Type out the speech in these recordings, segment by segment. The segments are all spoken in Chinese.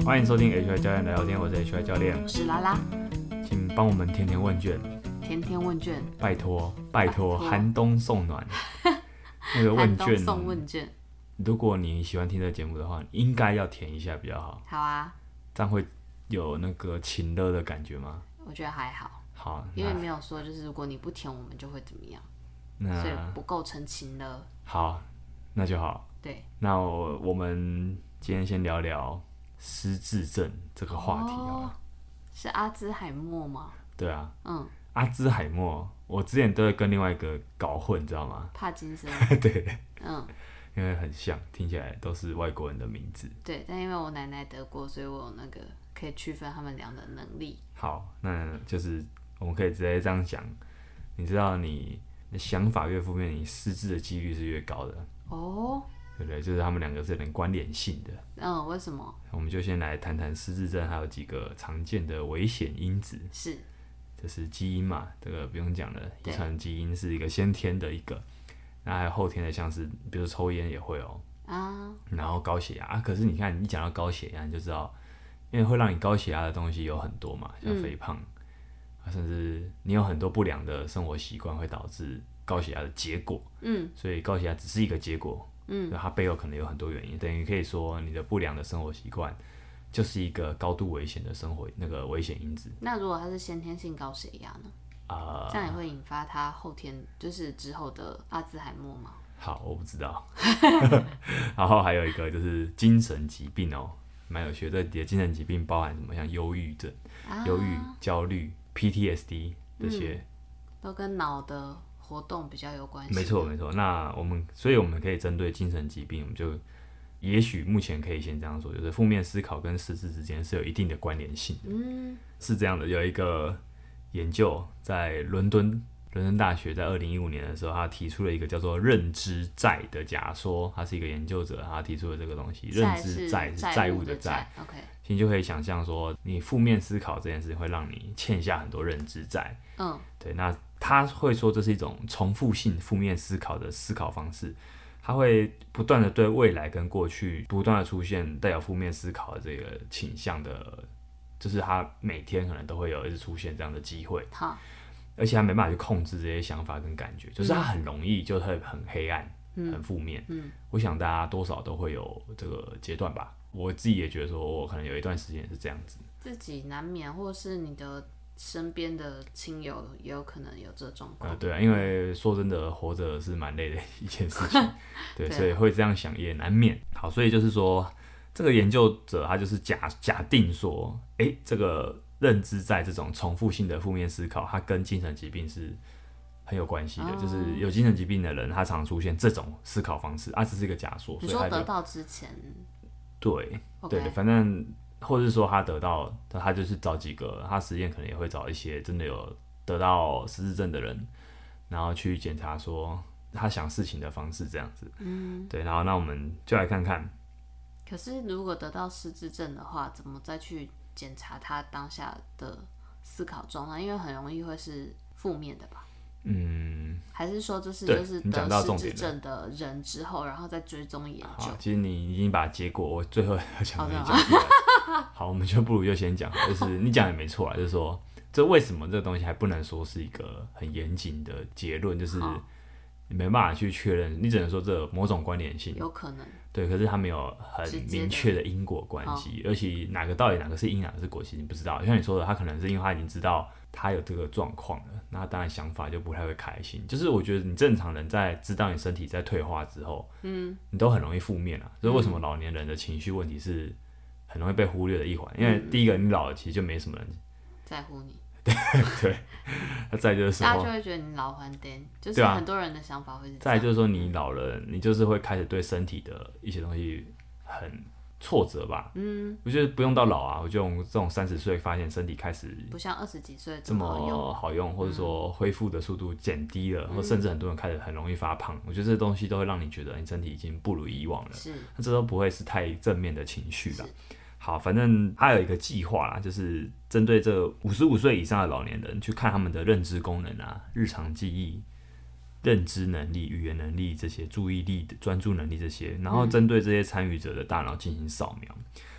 欢迎收听 HY 教练聊天，我是 HY 教练， 我是拉拉， 请帮我们填填问卷， 填填问卷， 拜托拜托，寒冬送暖。那个问卷， 寒冬送问卷。 如果你喜欢听这个节目的话，应该要填一下比较好。 好啊， 这样会有那个情乐的感觉吗？ 我觉得还好。 好， 因为没有说就是如果你不填，我们就会怎么样，所以不构成情乐。 好，那就好。 对， 那我们今天先聊聊失智症这个话题啊。 是阿兹海默吗？ 对啊，阿兹海默，我之前都会跟另外一个搞混，你知道吗？ 帕金森。 对，因为很像，听起来都是外国人的名字。 对，但因为我奶奶得过，所以我有那个可以区分他们俩的能力。 好，那就是我们可以直接这样讲，你知道你的想法越负面，你失智的几率是越高的。 哦， 对不对？就是他们两个是有点关联性的。 为什么？ 我们就先来谈谈失智症还有几个常见的危险因子。 是， 就是基因嘛，这个不用讲了，遗传基因是一个先天的一个，那还有后天的，像是比如抽烟也会然后高血压可是你看，你讲到高血压，你就知道，因为会让你高血压的东西有很多嘛，像肥胖，甚至你有很多不良的生活习惯会导致高血压的结果，所以高血压只是一个结果，它背后可能有很多原因，等于可以说你的不良的生活习惯就是一个高度危险的生活那个危险因子。 那如果他是先天性高血压呢？这样也会引发他后天就是之后的阿兹海默吗？ 好，我不知道。然后还有一个就是精神疾病蛮有趣的。这精神疾病包含什么？像忧郁症、忧郁、焦虑、PTSD 这些， 都跟脑的活动比较有关系。 没错没错。那所以我们可以针对精神疾病，我们就也许目前可以先这样说，就是负面思考跟失智之间是有一定的关联性的。是这样的，有一个研究在伦敦大学在2015年的时候，他提出了一个叫做认知债的假说。他是一个研究者，他提出了这个东西。认知债是债务的债。 OK， 你就可以想象说，你负面思考这件事会让你欠下很多认知债。对，那他会说这是一种重复性负面思考的思考方式。他会不断的对未来跟过去不断的出现带有负面思考的这个倾向的，就是他每天可能都会有一直出现这样的机会。而且他没办法去控制这些想法跟感觉，就是他很容易就会很黑暗、很负面。我想大家多少都会有这个阶段吧。我自己也觉得说，我可能有一段时间是这样子， 自己难免，或是你的身边的亲友也有可能有这状况。 对啊，因为说真的，活着是蛮累的一件事情，对，所以会这样想也难免。好，所以就是说，这个研究者他就是假定说，这个认知在这种重复性的负面思考，它跟精神疾病是很有关系的。就是有精神疾病的人，他常出现这种思考方式，这是一个假说。 你说得到之前， 对，反正或者是说他得到，他就是找几个，他实验可能也会找一些真的有得到失智症的人，然后去检查说他想事情的方式这样子。对，然后那我们就来看看。 可是如果得到失智症的话，怎么再去检查他当下的思考状态？因为很容易会是负面的吧？还是说就是得失智症的人之后，然后再追踪研究？ 好，其实你已经把结果我最后要讲的讲出来。好，我们就不如就先讲，就是你讲的没错啦，就是说这为什么这个东西还不能说是一个很严谨的结论，就是你没办法去确认，你只能说这有某种关联性， 有可能。 对，可是它没有很明确的因果关系，而且到底哪个是因哪个是果，其实你不知道。像你说的，他可能是因为他已经知道他有这个状况了，那他当然想法就不太会开心。就是我觉得你正常人在知道你身体在退化之后，你都很容易负面啊。所以为什么老年人的情绪问题是很容易被忽略的一环？因为第一个，你老了，其实就没什么人在乎你。 对，那再就是说， 大家就会觉得你老还颠，就是很多人的想法会是这样。 再就是说，你老了，你就是会开始对身体的一些东西很挫折吧。我觉得不用到老啊，我觉得我们这种30岁发现身体开始不像20几岁这么好用，或者说恢复的速度减低了，或甚至很多人开始很容易发胖。我觉得这些东西都会让你觉得你身体已经不如以往了，那这都不会是太正面的情绪啦。好，反正他有一个计划啦，就是针对这55岁以上的老年人去看他们的认知功能日常记忆、认知能力、语言能力这些、注意力、专注能力这些，然后针对这些参与者的大脑进行扫描。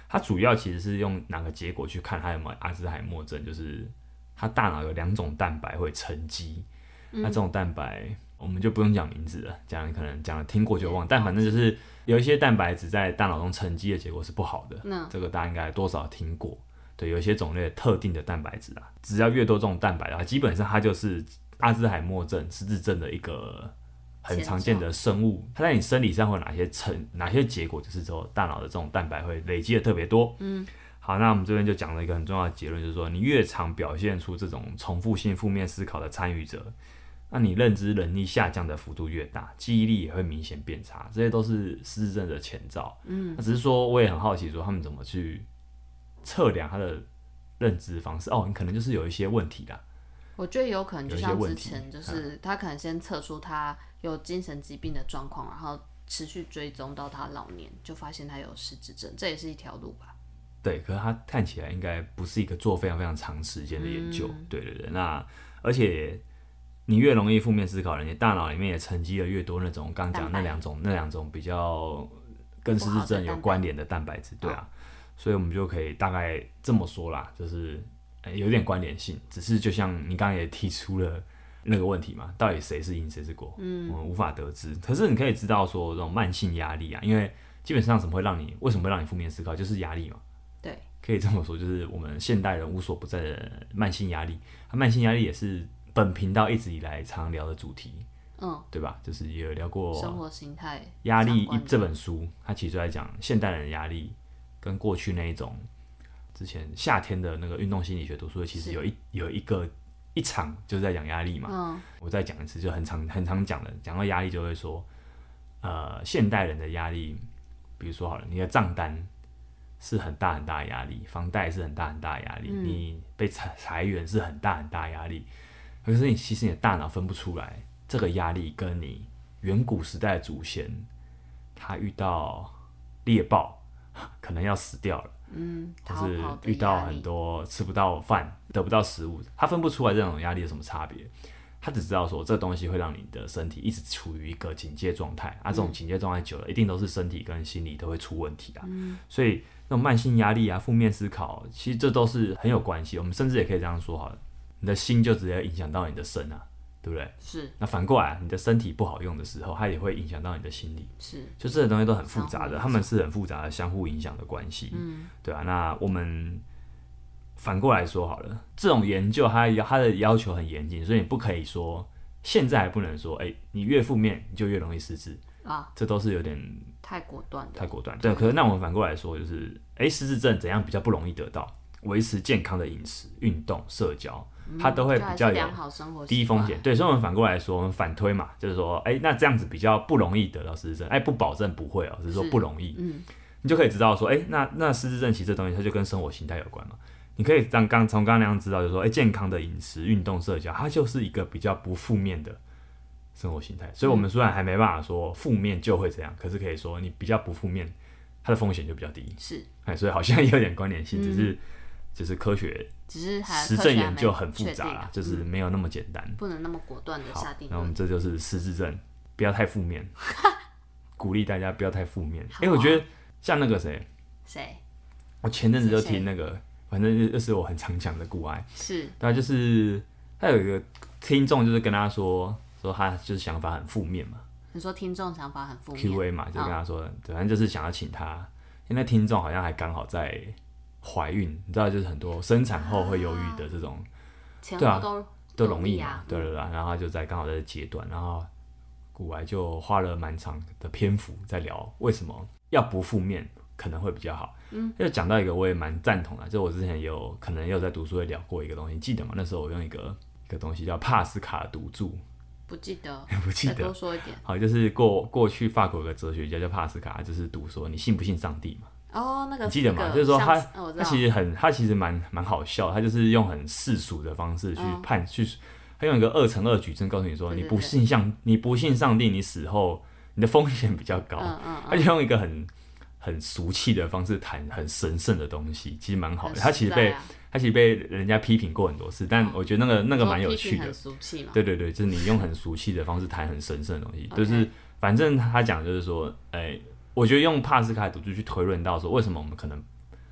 它主要其实是用哪个结果去看它有没有阿兹海默症，就是它大脑有2种蛋白会沉积，那这种蛋白我们就不用讲名字了，讲可能讲了听过就忘，但反正就是有一些蛋白质在大脑中沉积的结果是不好的，这个大家应该多少听过。对，有一些种类特定的蛋白质啊，只要越多这种蛋白的话，基本上它就是阿兹海默症、失智症的一个很常见的生物。它在你生理上会有哪些结果，就是说大脑的这种蛋白会累积的特别多。好，那我们这边就讲了一个很重要的结论，就是说你越常表现出这种重复性负面思考的参与者，那你认知能力下降的幅度越大，记忆力也会明显变差，这些都是失智症的前兆。那只是说我也很好奇，说他们怎么去测量他的认知方式。你可能就是有一些问题啦。 我觉得有可能就像之前，就是他可能先测出他有精神疾病的状况，然后持续追踪到他老年，就发现他有失智症，这也是一条路吧。 对，可是他看起来应该不是一个做非常非常长时间的研究。对，那而且你越容易负面思考的人，你大脑里面也沉积了越多那种刚讲那两种比较跟失智症有关联的蛋白质。对啊。所以我们就可以大概这么说啦，就是有点关联性，只是就像你刚刚也提出了那个问题嘛，到底谁是因谁是果，我们无法得知。可是你可以知道说这种慢性压力啊，因为基本上为什么会让你负面思考，就是压力嘛。 对， 可以这么说，就是我们现代人无所不在的慢性压力。慢性压力也是本频道一直以来常聊的主题，对吧？就是也有聊过生活形态压力这本书，它其实就在讲现代人的压力。跟过去那一种，之前夏天的那个运动心理学读书会，其实有一场就是在讲压力嘛。我再讲一次，就很常讲的，讲到压力就会说，现代人的压力，比如说好了，你的账单是很大很大的压力，房贷是很大很大的压力，你被裁员是很大很大的压力，可是其实你的大脑分不出来这个压力跟你远古时代的祖先他遇到猎豹。可能要死掉了，就是遇到很多吃不到饭、得不到食物，他分不出来这种压力有什么差别，他只知道说这东西会让你的身体一直处于一个警戒状态，这种警戒状态久了，一定都是身体跟心理都会出问题的。所以那种慢性压力啊、负面思考，其实这都是很有关系。我们甚至也可以这样说好了，你的心就直接影响到你的身啊。对不对？ 是。 那反过来，你的身体不好用的时候，它也会影响到你的心理。 是。 就这些东西都很复杂的，他们是很复杂的相互影响的关系。对啊。那我们反过来说好了，这种研究它的要求很严谨，所以你不可以说现在还不能说，你越负面你就越容易失智啊，这都是有点太果断的。 太果断。对。可是那我们反过来说，就是失智症怎样比较不容易得到？维持健康的饮食、运动、社交。它都会比较有低风险，对，所以我们反过来说，我们反推嘛，就是说，那这样子比较不容易得到失智症，不保证不会只是说不容易，你就可以知道说，那失智症其实这东西它就跟生活形态有关嘛，你可以从刚刚那样知道，就是说，健康的饮食、运动、社交，它就是一个比较不负面的生活形态，所以我们虽然还没办法说负面就会这样，可是可以说你比较不负面，它的风险就比较低， 是， 所以好像也有点关联性，只是科学。 只是实证研究很复杂啦，就是没有那么简单， 不能那么果断的下定论。 那我们这就是失智症，不要太负面，鼓励大家不要太负面。我觉得像那个谁，我前阵子就听那个，反正就是我很常讲的股癌， 是， 对，就是他有一个听众，就是跟他说他就是想法很负面嘛。 你说听众想法很负面 ，Q&A 嘛，就跟他说，反正就是想要请他，因为那听众好像还刚好在怀孕，你知道，就是很多生产后会忧郁的这种， 对啊， 都容易嘛，对，然后他就刚好在阶段，然后股癌就花了蛮长的篇幅在聊为什么要不负面可能会比较好。就讲到一个我也蛮赞同的，就我之前可能也有在读书会聊过一个东西，记得吗？那时候我用一个东西叫帕斯卡赌注。 不记得， 再多说一点。 好，就是过去法国有个哲学家叫帕斯卡，就是赌说你信不信上帝嘛。 那个你记得吗？就是说他其实蛮好笑，他就是用很世俗的方式去他用一个2乘2矩阵告诉你说，你不信上帝，你死后你的风险比较高。他就用一个很俗气的方式谈很神圣的东西，其实蛮好的。他其实被人家批评过很多次，但我觉得那个蛮有趣的。 很俗气嘛。 对，就是你用很俗气的方式谈很神圣的东西，就是反正他讲就是说，我觉得用帕斯卡赌注去推论到说，为什么我们可能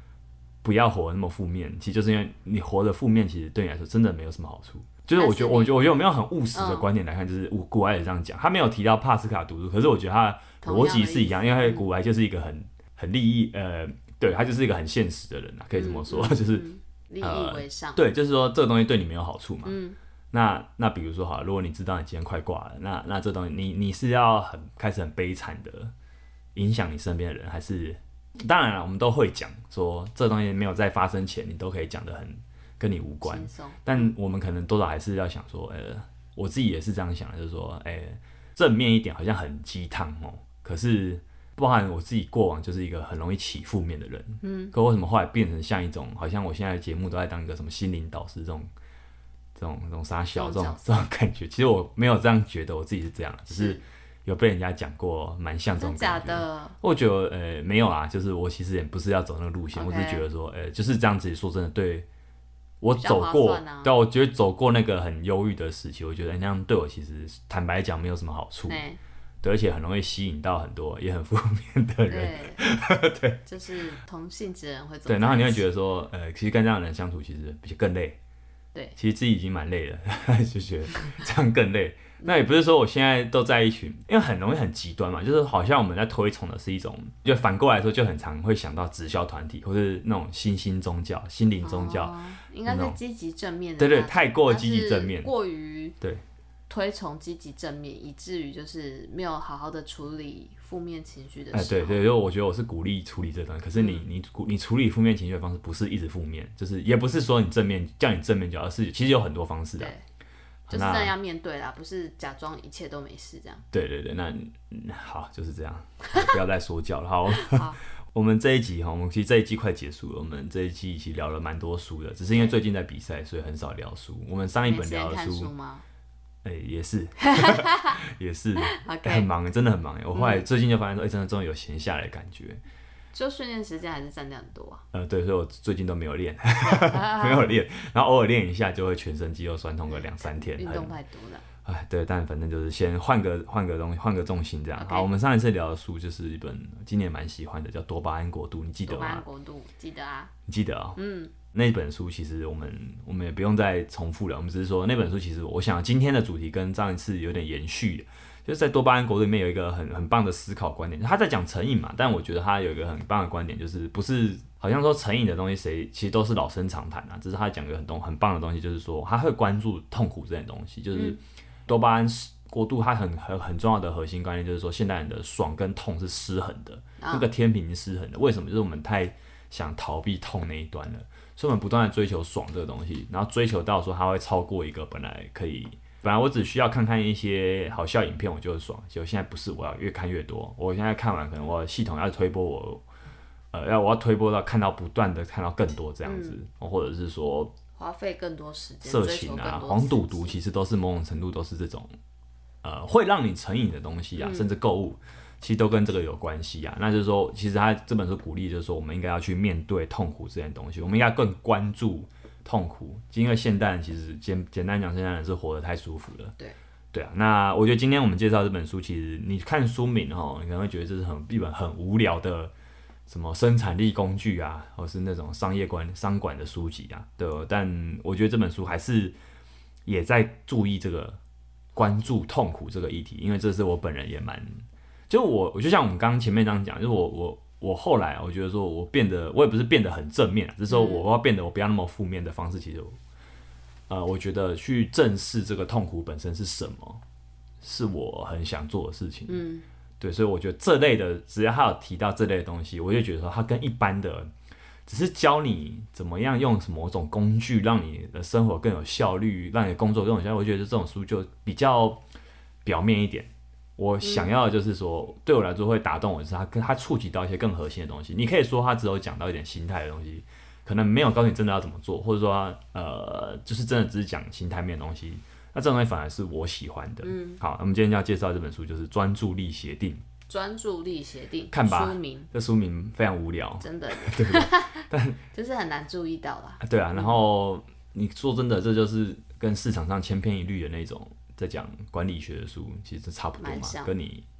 不要活得那么负面，其实就是因为你活得负面，其实对你来说真的没有什么好处。就是我觉得我没有很务实的观点来看，就是古埃也这样讲，他没有提到帕斯卡读书，可是我觉得他的逻辑是一样，因为古埃就是一个很利益，对他就是一个很现实的人啊，可以这么说，就是利益为上， 对，就是说这个东西对你没有好处嘛。那比如说好，如果你知道你今天快挂了，那这东西你是要开始很悲惨的影响你身边的人，还是当然了，我们都会讲说这东西没有在发生前，你都可以讲得很跟你无关，但我们可能多少还是要想说，我自己也是这样想的，就是说，正面一点好像很鸡汤哦，可是包含我自己过往就是一个很容易起负面的人，可为什么后来变成像一种好像我现在的节目都在当一个什么心灵导师这种傻小这种感觉，其实我没有这样觉得，我自己是这样，只是有被人家讲过，蛮像这种感觉。 真假的？ 我觉得没有啦，就是我其实也不是要走那个路线，我只是觉得说，就是这样子。说真的，对我走过，对，我觉得走过那个很忧郁的时期，我觉得那样对我其实坦白讲没有什么好处。对，而且很容易吸引到很多也很负面的人。对， 就是同性质人会走。 对，然后你会觉得说，其实跟这样的人相处其实比更累。 对， 其实自己已经蛮累了，就觉得这样更累。那也不是说我现在都在一群，因为很容易很极端嘛，就是好像我们在推崇的是一种，就反过来说就很常会想到直销团体或是那种新兴宗教、心灵宗教， 应该是积极正面的。 对，太过积极正面， 过于对推崇积极正面，以至于就是没有好好的处理负面情绪的时候。 对，就我觉得我是鼓励处理这东西，可是你处理负面情绪的方式不是一直负面，就是也不是说你正面叫你正面就好，而是其实有很多方式的。 就是真的要面对啦，不是假装一切都没事这样。 对，那好就是这样，不要再说教了。好，我们这一集我们其实这一季快结束了，我们这一季其实聊了蛮多书的，只是因为最近在比赛，所以很少聊书。我们上一本聊的书吗？ 也是，也是， okay. 很忙，真的很忙。我后来最近就发现说，真的终于有闲下来的感觉。 就训练时间还是占掉很多啊。 对，所以我最近都没有练，没有练，然后偶尔练一下就会全身肌肉酸痛个2-3天。 运动太多了。 对，但反正就是先换个东西，换个重心这样。好，我们上一次聊的书就是一本今年蛮喜欢的，叫《多巴胺国度》，你记得吗？ 多巴胺国度，记得啊。 你记得啊？那本书其实我们也不用再重复了，我们只是说那本书其实我想今天的主题跟上一次有点延续的。就是在多巴胺国度里面有一个很棒的思考观点，他在讲成瘾嘛，但我觉得他有一个很棒的观点，就是不是好像说成瘾的东西其实都是老生常谈啊，只是他讲一个很棒的东西，就是说他会关注痛苦这件东西，就是多巴胺国度它很重要的核心观念就是说现代人的爽跟痛是失衡的，那个天平是失衡的。为什么？就是我们太想逃避痛那一端了，所以我们不断的追求爽这个东西，然后追求到说它会超过一个本来我只需要看看一些好笑影片我就会爽，结果现在不是，我要越看越多。我现在看完可能我的系统要推播我要推播到不断的看到更多这样子，或者是说花费更多时间， 色情啊、黄赌毒，其实都是某种程度都是这种会让你成瘾的东西啊，甚至购物，其实都跟这个有关系啊。那就是说，其实他这本书鼓励就是说，我们应该要去面对痛苦这件东西，我们应该更关注痛苦，因为现代人其实简单讲，现代人是活得太舒服了。对啊，那我觉得今天我们介绍这本书，其实你看书名你可能会觉得这是一本很无聊的什么生产力工具啊，或是那种商管的书籍啊，对。但我觉得这本书还是也在注意这个关注痛苦这个议题，因为这是我本人也蛮，就我就像我们刚刚前面这样讲，就是我后来我觉得说我也不是变得很正面，只是说我要变得我不要那么负面的方式，其实我觉得去正视这个痛苦本身是什么，是我很想做的事情。对，所以我觉得这类的，只要他有提到这类的东西，我就觉得说他跟一般的只是教你怎么样用某种工具让你的生活更有效率，让你的工作更有效率，我觉得这种书就比较表面一点。我想要的就是说，对我来说会打动我，就是它触及到一些更核心的东西。你可以说它只有讲到一点心态的东西，可能没有告诉你真的要怎么做，或者说就是真的只是讲心态面的东西。那这种东西反而是我喜欢的。好，那我们今天要介绍这本书就是《专注力协定》。 专注力协定， 看吧， 书名， 这书名非常无聊， 真的， 对不对？但就是很难注意到啦。 对啊，然后你说真的，这就是跟市场上千篇一律的那种在讲管理学的书，其实差不多嘛，跟你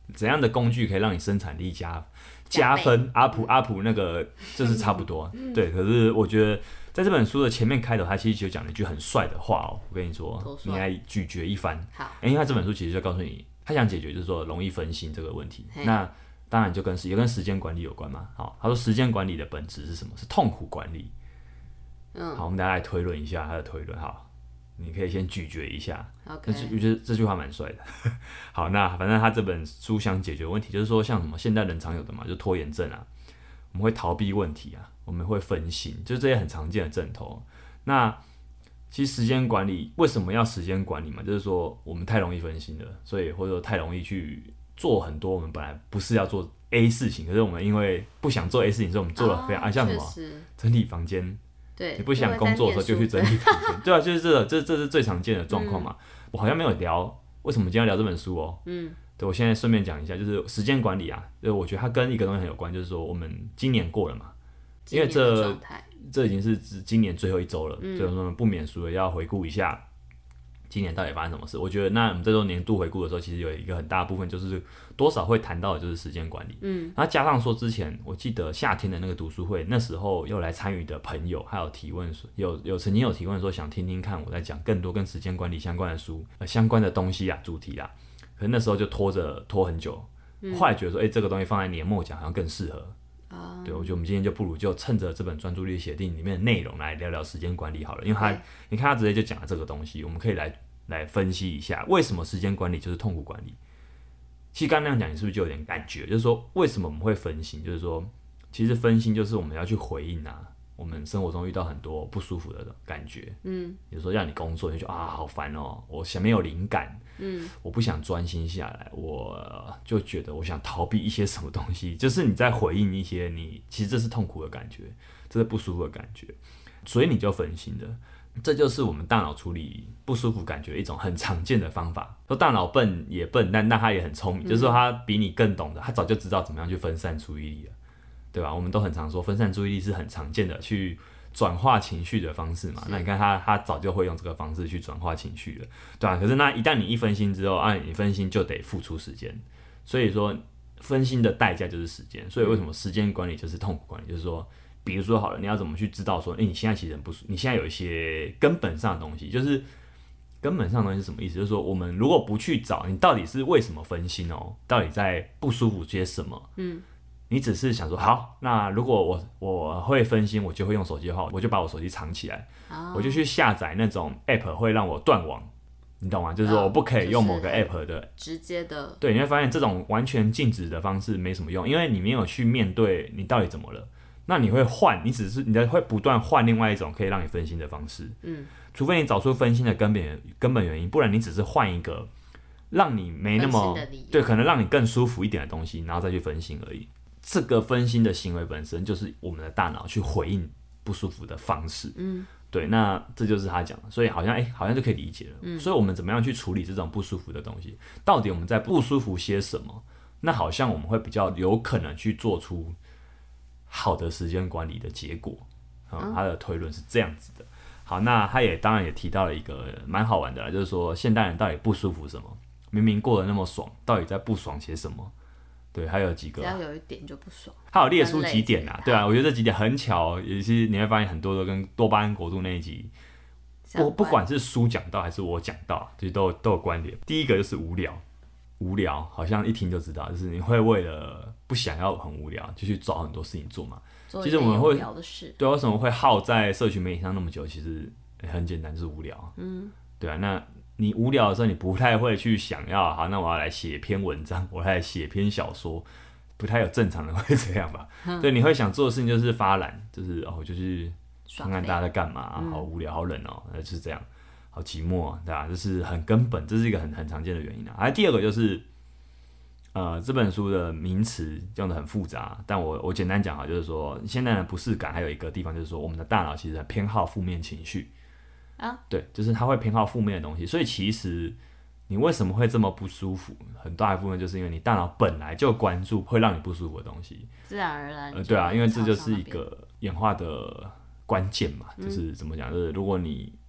怎样的工具可以让你生产力加分？up 那个就是差不多。对，可是我觉得在这本书的前面开头，他其实就讲了一句很帅的话哦。我跟你说，你来咀嚼一番。 好， 因为他这本书其实就告诉你，他想解决就是说容易分心这个问题。那当然就也跟时间管理有关嘛。好，他说时间管理的本质是什么？是痛苦管理。好，我们大家来推论一下他的推论。好。你可以先咀嚼一下，我觉得这句话蛮帅的。好，那反正他这本书想解决的问题，就是说像什么现代人常有的嘛，就拖延症啊，我们会逃避问题啊，我们会分心，就是这些很常见的症头。那其实时间管理为什么要时间管理嘛？就是说我们太容易分心了，所以或者说太容易去做很多我们本来不是要做 A 事情，可是我们因为不想做 A 事情，所以我们做了非常像什么整理房间。 对， 你不想工作的时候就去整理房间，对啊，就是这是最常见的状况嘛。我好像没有聊为什么今天要聊这本书哦。对，我现在顺便讲一下，就是时间管理啊，我觉得它跟一个东西很有关，就是说我们今年过了嘛，因为这已经是今年最后一周了，所以说不免俗的要回顾一下今年到底发生什么事。我觉得那我们这周年度回顾的时候，其实有一个很大的部分就是多少会谈到的就是时间管理。然后加上说之前我记得夏天的那个读书会，那时候又来参与的朋友还有提问说，曾经有提问说想听听看我在讲更多跟时间管理相关的书相关的东西啊主题啊，可是那时候就拖很久。后来觉得说，这个东西放在年末讲好像更适合。对，我觉得我们今天就不如就趁着这本专注力协定里面的内容来聊聊时间管理好了，因为你看他直接就讲了这个东西，我们可以来分析一下为什么时间管理就是痛苦管理。其实刚刚那样讲，你是不是就有点感觉？就是说为什么我们会分心？就是说，其实分心就是我们要去回应我们生活中遇到很多不舒服的感觉。比如说让你工作，你就觉得好烦哦，我没有灵感。我不想专心下来，我就觉得我想逃避一些什么东西，就是你在回应一些其实这是痛苦的感觉，这是不舒服的感觉，所以你就分心了。这就是我们大脑处理不舒服感觉一种很常见的方法。说大脑笨也笨，但他也很聪明，就是说他比你更懂得，他早就知道怎么样去分散注意力了，对吧？我们都很常说分散注意力是很常见的去转化情绪的方式嘛。那你看他早就会用这个方式去转化情绪了，对吧？可是那一旦你一分心之后，你分心就得付出时间，所以说分心的代价就是时间。所以为什么时间管理就是痛苦管理？就是说，比如说好了，你要怎么去知道说，你现在其实很不舒服，你现在有一些根本上的东西，就是根本上的东西是什么意思？就是说，我们如果不去找你到底是为什么分心哦，到底在不舒服些什么？你只是想说好，那如果我会分心，我就会用手机的话，我就把我手机藏起来，我就去下载那种 app 会让我断网，你懂吗？就是说我不可以用某个 app 的直接的， 对，你会发现这种完全禁止的方式没什么用，因为你没有去面对你到底怎么了。那你会你会不断换另外一种可以让你分心的方式，除非你找出分心的根本原因，不然你只是换一个让你没那么对，可能让你更舒服一点的东西，然后再去分心而已。这个分心的行为本身就是我们的大脑去回应不舒服的方式，对，那这就是他讲的，所以好像就可以理解了。所以我们怎么样去处理这种不舒服的东西？到底我们在不舒服些什么？那好像我们会比较有可能去做出好的时间管理的结果。他的推论是这样子的。好，那他当然也提到了一个蛮好玩的啦，就是说现代人到底不舒服什么？明明过得那么爽，到底在不爽些什么？对，还有几个， 只要有一点就不爽。 他有列出几点啊，对啊，我觉得这几点很巧，也是你会发现很多都跟多巴胺国度那一集，不管是书讲到还是我讲到，其实都有关联。第一个就是无聊，好像一听就知道，就是你会为了不想要很无聊，就去找很多事情做嘛。其实我们会对，为什么会耗在社群媒体上那么久？其实很简单，就是无聊。对啊，那你无聊的时候，你不太会去想要，好，那我要来写篇文章，我要来写篇小说，不太有正常人会这样吧？对，你会想做的事情就是发懒，就是我就去看看大家在干嘛，好无聊，好冷哦，就是这样，好寂寞，对吧？这是很根本，这是一个很常见的原因啊。第二个就是，这本书的名词用的很复杂，但我简单讲哈，就是说现在的不适感还有一个地方就是说，我们的大脑其实很偏好负面情绪。对，就是他会偏好负面的东西，所以其实你为什么会这么不舒服，很大一部分就是因为你大脑本来就关注会让你不舒服的东西， 自然而然对啊，因为这就是一个演化的关键嘛，就是怎么讲，就是如果你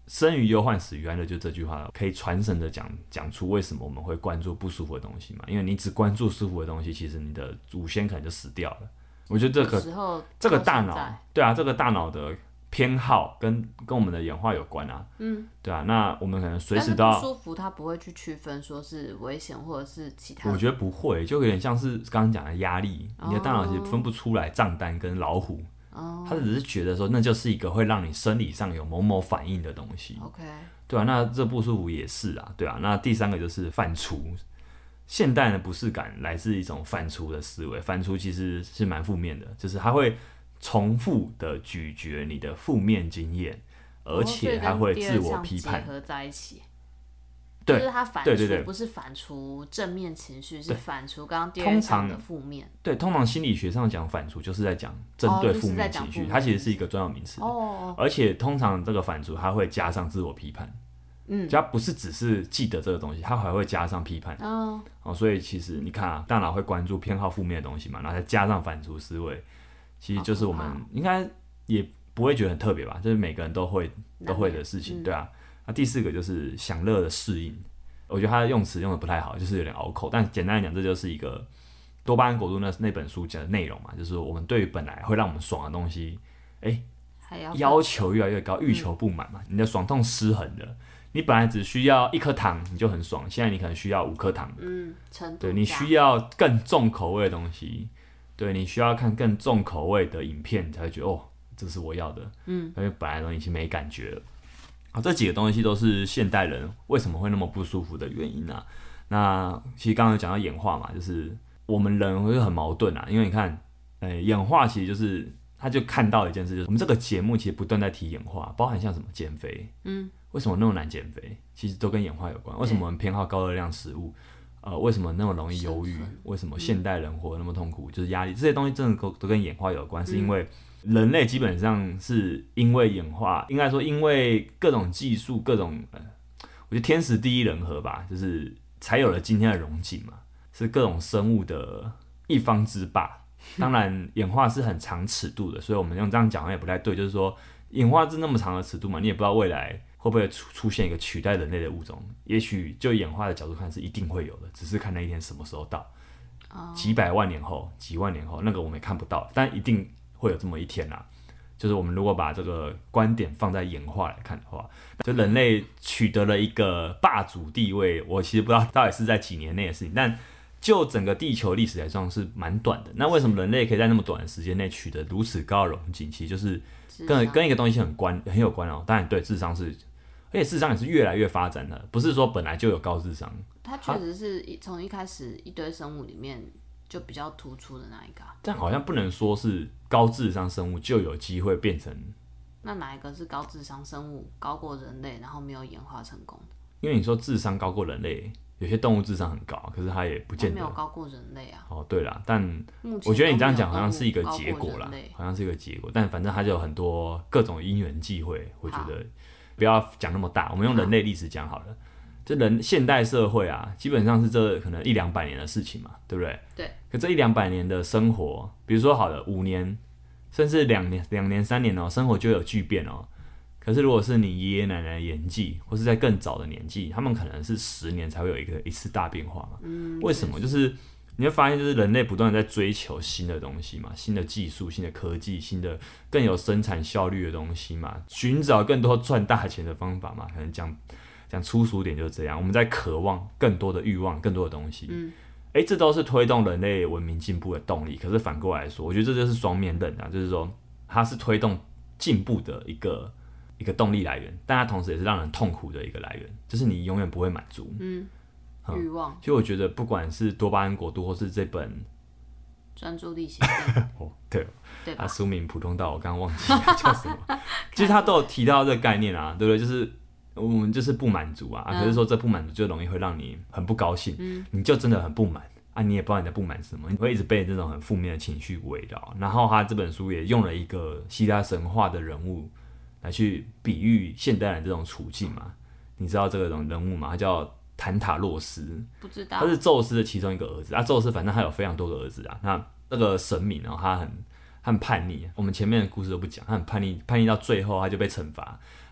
生于忧患，死于安乐，就这句话可以传神的讲出为什么我们会关注不舒服的东西嘛？因为你只关注舒服的东西，其实你的祖先可能就死掉了。我觉得这个大脑，对啊，这个大脑的偏好跟我们的演化有关啊。对啊，那我们可能随时都要。 但是不舒服，它不会去区分说是危险或者是其他的。 我觉得不会，就有点像是刚刚讲的压力，你的大脑其实分不出来账单跟老虎。他只是觉得说，那就是一个会让你生理上有某某反应的东西。 OK， 对啊，那这不舒服也是啊，对啊。那第三个就是反刍，现代的不适感来自一种反刍的思维，反刍其实是蛮负面的，就是它会重复的咀嚼你的负面经验，而且还会自我批判。 结合在一起。 对， 就是它反刍不是反刍正面情绪，是反刍刚刚第二项的负面。 对，通常心理学上讲反刍就是在讲针对负面情绪，它其实是一个专有名词。而且通常这个反刍它会加上自我批判。它不是只是记得这个东西，它还会加上批判。所以其实你看啊，大脑会关注偏好负面的东西嘛，然后再加上反刍思维，其实就是我们应该也不会觉得很特别吧，就是每个人都会的事情，对啊。那第四个就是享乐的适应，我觉得他的用词用的不太好，就是有点拗口。但简单来讲，这就是一个多巴胺国度那本书讲的内容嘛，就是我们对于本来会让我们爽的东西，要求越来越高，欲求不满嘛，你的爽痛失衡了。你本来只需要1颗糖你就很爽，现在你可能需要5颗糖。对，你需要更重口味的东西，对，你需要看更重口味的影片，你才会觉得这是我要的。因为本来的东西已经没感觉了。这几个东西都是现代人为什么会那么不舒服的原因啊。那其实刚刚有讲到演化嘛，就是我们人会很矛盾啊，因为你看，演化其实就是他就看到一件事，就是我们这个节目其实不断在提演化，包含像什么减肥，为什么那么难减肥，其实都跟演化有关。为什么我们偏好高热量食物？为什么那么容易忧郁？为什么现代人活得那么痛苦？就是压力，这些东西真的都跟演化有关，是因为人类基本上是因为演化，应该说因为各种技术、各种我觉得天时地利人和吧，就是才有了今天的荣景嘛，是各种生物的一方之霸。当然，演化是很长尺度的，所以我们用这样讲也不太对，就是说演化是那么长的尺度嘛，你也不知道未来会不会出现一个取代人类的物种？也许就演化的角度看是一定会有的，只是看那一天什么时候到，几百万年后、几万年后，那个我们也看不到，但一定会有这么一天啦。就是我们如果把这个观点放在演化来看的话，就人类取得了一个霸主地位，我其实不知道到底是在几年内的事情，但就整个地球历史来说是蛮短的。那为什么人类可以在那么短的时间内取得如此高的荣景？其实就是跟一个东西很有关哦。当然对，智商是。而且智商也是越来越发展的，不是说本来就有高智商。 它确实是从一开始一堆生物里面就比较突出的那一个。 但好像不能说是高智商生物就有机会变成。 那哪一个是高智商生物高过人类，然后没有演化成功的？ 因为你说智商高过人类，有些动物智商很高，可是它也不见得没有高过人类啊。 对啦，但我觉得你这样讲好像是一个结果啦，好像是一个结果。但反正它就有很多各种因缘际会，我觉得。不要讲那么大，我们用人类历史讲好了。这现代社会啊，基本上是这可能100-200年的事情嘛，对不对？ 对。 可这100-200年的生活，比如说好了5年，甚至2年、3年生活就有巨变哦。可是如果是你爷爷奶奶的年纪，或是在更早的年纪，他们可能是10年才会有一次大变化嘛。为什么？就是你会发现，就是人类不断的在追求新的东西嘛，新的技术、新的科技、新的更有生产效率的东西嘛，寻找更多赚大钱的方法嘛。可能讲粗俗点就是这样，我们在渴望更多的欲望、更多的东西。这都是推动人类文明进步的动力。可是反过来说，我觉得这就是双面刃啊，就是说它是推动进步的一个动力来源，但它同时也是让人痛苦的一个来源，就是你永远不会满足。 欲望。 其实我觉得，不管是多巴胺国度，或是这本专注力协定， 对吧？书名普通到我刚刚忘记了叫什么。其实他都有提到这个概念啊，对不对？就是我们就是不满足啊，可是说这不满足就容易会让你很不高兴，你就真的很不满啊，你也不知道你的不满是什么，你会一直被这种很负面的情绪围绕。然后他这本书也用了一个希腊神话的人物来去比喻现代人这种处境嘛。你知道这个人物吗？他叫坦塔洛斯， 不知道， 他是宙斯的其中一个儿子。宙斯反正他有非常多个儿子啊。那这个神明他很叛逆。我们前面的故事都不讲，他很叛逆到最后他就被惩罚。他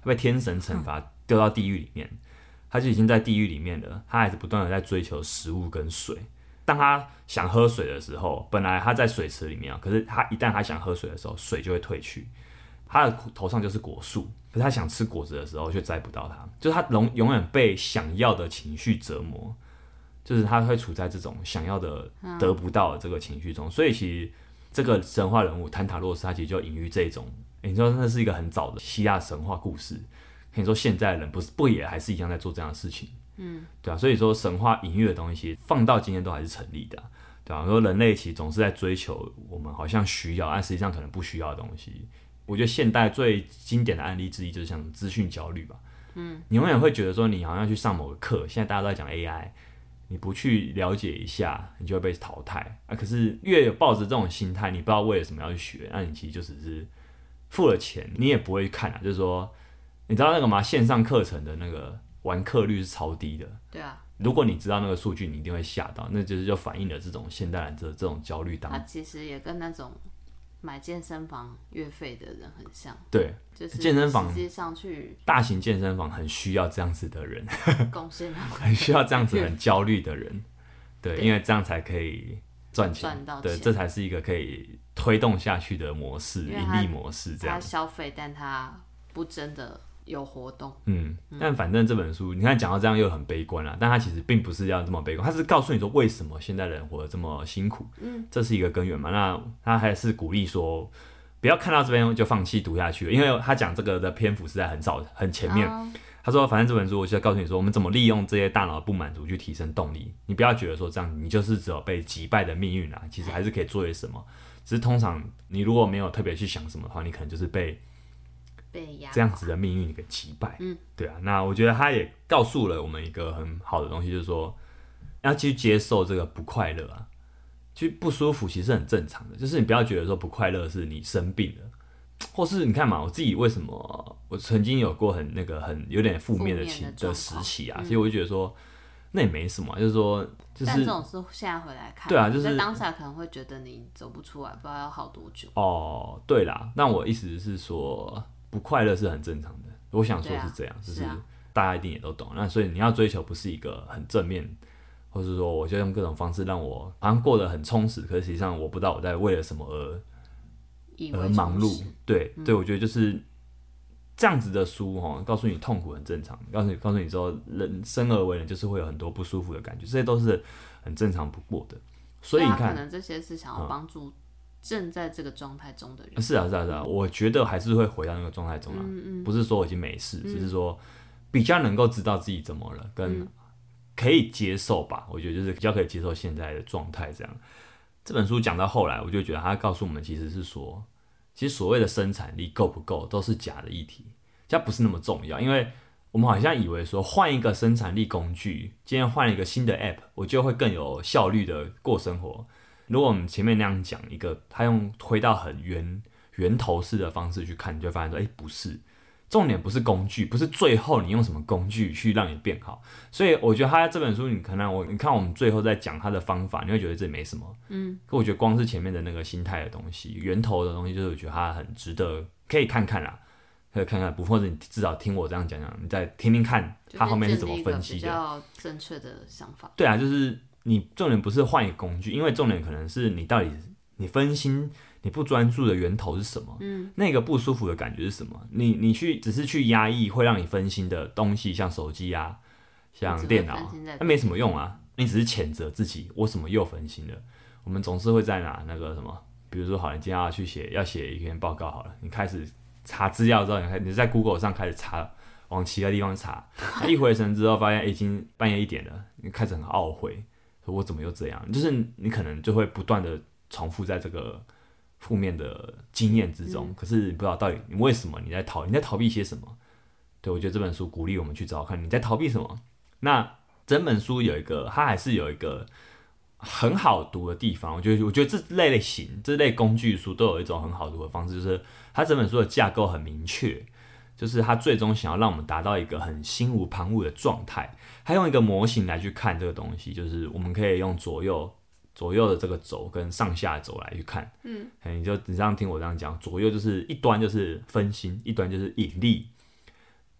被天神惩罚丢到地狱里面，他就已经在地狱里面了，他还是不断的在追求食物跟水。当他想喝水的时候，本来他在水池里面可是他一旦他想喝水的时候，水就会退去。他的头上就是果树，可是他想吃果子的时候却摘不到它，就是他永远被想要的情绪折磨，就是他会处在这种想要的得不到的这个情绪中。所以其实这个神话人物坦塔洛斯，他其实就隐喻这种，你说那是一个很早的希腊神话故事。可以说现在的人不也还是一样在做这样的事情？对啊，所以说神话隐喻的东西放到今天都还是成立的，对啊，说人类其实总是在追求我们好像需要，但实际上可能不需要的东西。我觉得现代最经典的案例之一就是像资讯焦虑吧。你永远会觉得说你好像去上某个课，现在大家都在讲 AI， 你不去了解一下，你就会被淘汰可是越有抱着这种心态，你不知道为了什么要去学，那你其实就只是付了钱，你也不会去看就是说，你知道那个吗？线上课程的那个完课率是超低的。对啊。如果你知道那个数据，你一定会吓到，那就反映了这种现代人这种焦虑当中。 它其实也跟那种买健身房月费的人很像。 对， 就是健身房实际上去大型健身房很需要这样子的人， 贡献很需要这样子很焦虑的人。对，因为这样才可以赚钱， 赚到钱， 对，这才是一个可以推动下去的模式，盈利模式。这样他消费，但他不真的有活动。 但反正这本书你看讲到这样又很悲观啦，但他其实并不是要这么悲观，他是告诉你说为什么现代人活得这么辛苦，这是一个根源嘛。那他还是鼓励说不要看到这边就放弃读下去了，因为他讲这个的篇幅是在很前面。他说反正这本书我就要告诉你说我们怎么利用这些大脑的不满足去提升动力，你不要觉得说这样你就是只有被击败的命运啦，其实还是可以做些什么，只是通常你如果没有特别去想什么的话，你可能就是被这样子的命运给击败。对啊，那我觉得他也告诉了我们一个很好的东西，就是说要去接受这个不快乐啊，就不舒服其实很正常的，就是你不要觉得说不快乐是你生病了，或是你看嘛，我自己为什么我曾经有过很有点负面的时期啊，所以我就觉得说那也没什么，就是说但这种事现在回来看， 对啊，就是在当下可能会觉得你走不出来，不知道要好多久。 对啦，那我意思是说不快乐是很正常的，我想说是这样，就是大家一定也都懂。那所以你要追求不是一个很正面，或是说我就用各种方式让我好像过得很充实，可是实际上我不知道我在为了什么而忙碌。对，我觉得就是这样子的书告诉你痛苦很正常，告诉你说人生而为人就是会有很多不舒服的感觉，这些都是很正常不过的。所以你看， 可能这些是想要帮助正在这个状态中的人。 是啊，我觉得还是会回到那个状态中啊，不是说我已经没事，只是说比较能够知道自己怎么了，跟可以接受吧。我觉得就是比较可以接受现在的状态这样。这本书讲到后来，我就觉得他告诉我们，其实是说，其实所谓的生产力够不够都是假的议题，它不是那么重要，因为我们好像以为说换一个生产力工具，今天换一个新的 app， 我就会更有效率的过生活。如果我们前面那样讲一个，他用推到很源头式的方式去看，你就会发现说，不是，重点不是工具，不是最后你用什么工具去让你变好。所以我觉得他这本书，你看我们最后在讲他的方法，你会觉得这没什么，可我觉得光是前面的那个心态的东西，源头的东西，就是我觉得他很值得可以看看啦。可以看看，或者你至少听我这样讲讲，你再听听看他后面是怎么分析的， 比较正确的想法。 对啊，就是你重点不是换一个工具，因为重点可能是你到底你分心，你不专注的源头是什么？那个不舒服的感觉是什么？你只是去压抑会让你分心的东西，像手机啊，像电脑，那没什么用啊。你只是谴责自己，我怎么又分心了？我们总是会在拿那个什么，比如说好，你今天要写一篇报告好了，你开始查资料之后，你在 Google 上开始查，往其他地方查，一回神之后发现已经半夜1点了，你开始很懊悔，说我怎么又这样？就是你可能就会不断的重复在这个负面的经验之中，可是你不知道到底你为什么你在逃避些什么？对，我觉得这本书鼓励我们去找看你在逃避什么。那整本书它还是有一个很好读的地方，我觉得这类工具书都有一种很好读的方式，就是它整本书的架构很明确，就是它最终想要让我们达到一个很心无旁骛的状态。它用一个模型来去看这个东西，就是我们可以用左右的这个轴跟上下轴来去看。你这样听我这样讲，左右就是一端就是分心，一端就是引力。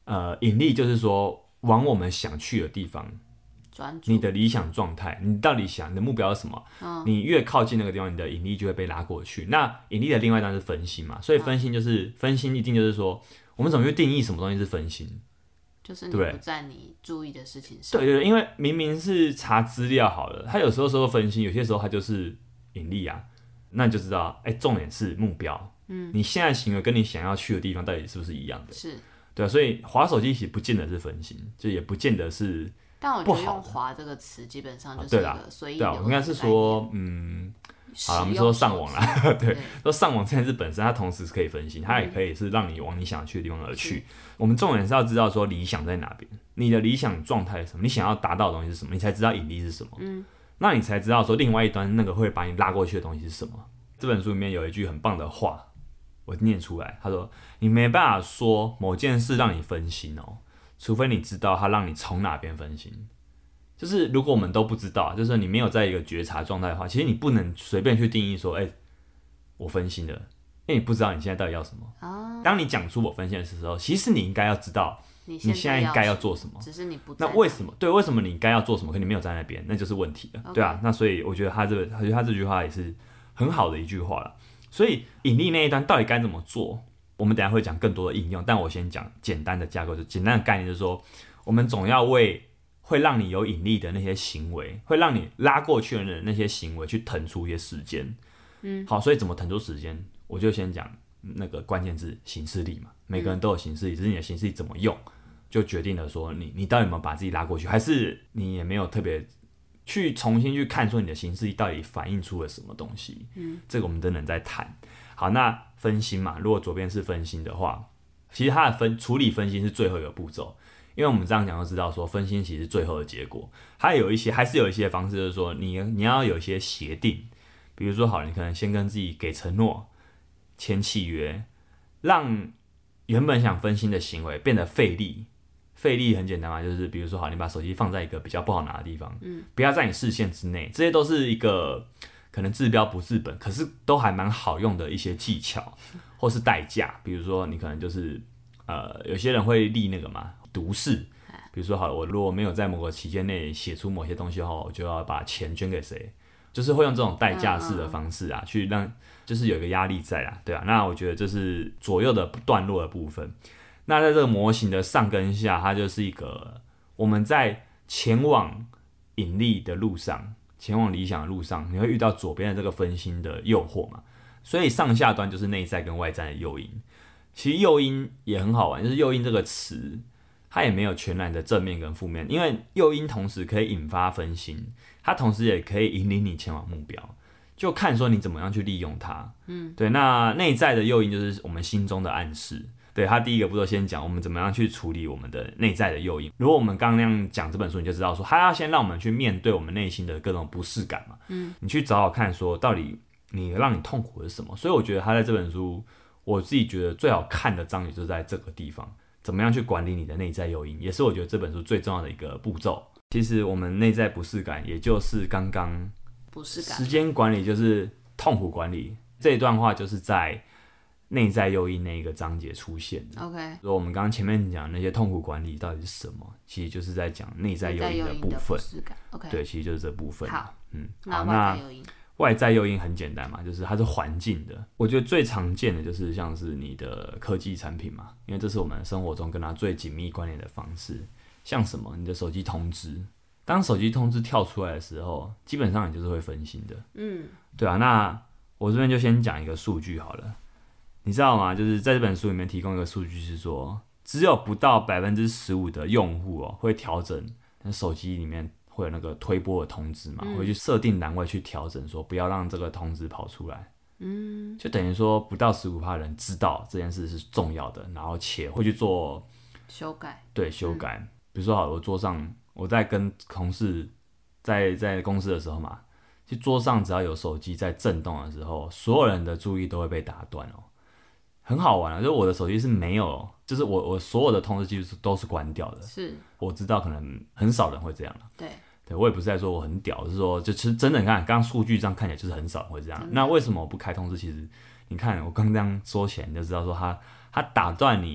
引力就是说往我们想去的地方，你的理想状态，你到底想你的目标是什么？你越靠近那个地方，你的引力就会被拉过去。那引力的另外一端是分心嘛，所以分心一定就是说，我们怎么去定义什么东西是分心？ 就是你不在你注意的事情上。 对，因为明明是查资料好了，他有时候说分心，有些时候他就是引力啊，那你就知道，重点是目标。你现在行为跟你想要去的地方到底是不是一样的？ 是， 对啊，所以滑手机其实不见得是分心，就也不见得是。 但我觉得用滑这个词基本上就是一个随意流的概念。 应该是说，好了，我们说上网啦，对，说上网这件事本身，它同时可以分心，它也可以是让你往你想去的地方而去。我们重点是要知道说理想在哪边，你的理想状态是什么，你想要达到的东西是什么，你才知道引力是什么。那你才知道说另外一端那个会把你拉过去的东西是什么。这本书里面有一句很棒的话，我念出来，他说：“你没办法说某件事让你分心哦，除非你知道它让你从哪边分心。”就是如果我们都不知道，就是你没有在一个觉察状态的话，其实你不能随便去定义说，我分心了，因为你不知道你现在到底要什么。当你讲出我分心的时候，其实你应该要知道你现在应该要做什么， 只是你不在。 那为什么？对，为什么你应该要做什么，可你没有在那边，那就是问题了。对啊，那所以我觉得他这句话也是很好的一句话了。所以引力那一端到底该怎么做？我们等一下会讲更多的应用，但我先讲简单的架构，就简单的概念，就是说，我们总要为会让你有引力的那些行为，会让你拉过去的那些行为，去腾出一些时间。好，所以怎么腾出时间，我就先讲那个关键字行事力嘛。每个人都有行事力，只是你的行事力怎么用，就决定了说你到底有没有把自己拉过去，还是你也没有特别去重新去看说你的行事力到底反映出了什么东西。这个我们等等再谈。好，那分心嘛，如果左边是分心的话，其实它的处理分心是最后一个步骤。因为我们这样讲就知道说分心其实是最后的结果，还是有一些方式，就是说你要有一些协定，比如说好，你可能先跟自己给承诺，签契约，让原本想分心的行为变得费力。费力很简单嘛，就是比如说好，你把手机放在一个比较不好拿的地方，不要在你视线之内，这些都是一个可能治标不治本，可是都还蛮好用的一些技巧或是代价。比如说你可能就是有些人会立那个嘛。毒誓，比如说好，我如果没有在某个期间内写出某些东西的话，我就要把钱捐给谁，就是会用这种代价式的方式啊，去让就是有一个压力在啦，对啊。那我觉得这是左右的段落的部分。那在这个模型的上跟下，它就是一个我们在前往引力的路上，前往理想的路上，你会遇到左边的这个分心的诱惑嘛，所以上下端就是内在跟外在的诱因。其实诱因也很好玩，就是诱因这个词。它也没有全然的正面跟负面，因为诱因同时可以引发分心，它同时也可以引领你前往目标，就看说你怎么样去利用它。对。那内在的诱因就是我们心中的暗示。对，它第一个步骤先讲我们怎么样去处理我们的内在的诱因。如果我们刚刚那样讲这本书，你就知道说，它要先让我们去面对我们内心的各种不适感嘛。你去找找看说，到底让你痛苦的是什么。所以我觉得他在这本书，我自己觉得最好看的章节就是在这个地方。怎么样去管理你的内在诱因，也是我觉得这本书最重要的一个步骤。其实我们内在不适感，也就是刚刚不适感， 时间管理就是痛苦管理这一段话，就是在内在诱因那一个章节出现的。 OK， 所以我们刚刚前面讲那些痛苦管理到底是什么，其实就是在讲内在诱因的部分。 OK， 对，其实就是这部分。 好， 好，那外在诱因很简单嘛，就是它是环境的。我觉得最常见的就是像是你的科技产品嘛，因为这是我们生活中跟它最紧密关联的方式。像什么，你的手机通知，当手机通知跳出来的时候，基本上你就是会分心的。对啊。那我这边就先讲一个数据好了，你知道吗？就是在这本书里面提供一个数据是说，只有不到15%的用户会调整手机里面。会有那个推播的通知嘛，会去设定栏位去调整，说不要让这个通知跑出来。就等于说不到15%的人知道这件事是重要的，然后且会去做修改。 对，修改。比如说好，我在跟同事在公司的时候嘛，其实桌上只要有手机在震动的时候，所有人的注意都会被打断哦。很好玩啊，就是我的手机是没有，就是我所有的通知记录都是关掉的。 是， 我知道可能很少人会这样了。 对， 我也不是在说我很屌，是说就其实真的，你看刚刚数据上看起来就是很少人会这样。那为什么我不开通知？其实你看我刚这样说起来，你就知道说他打断你，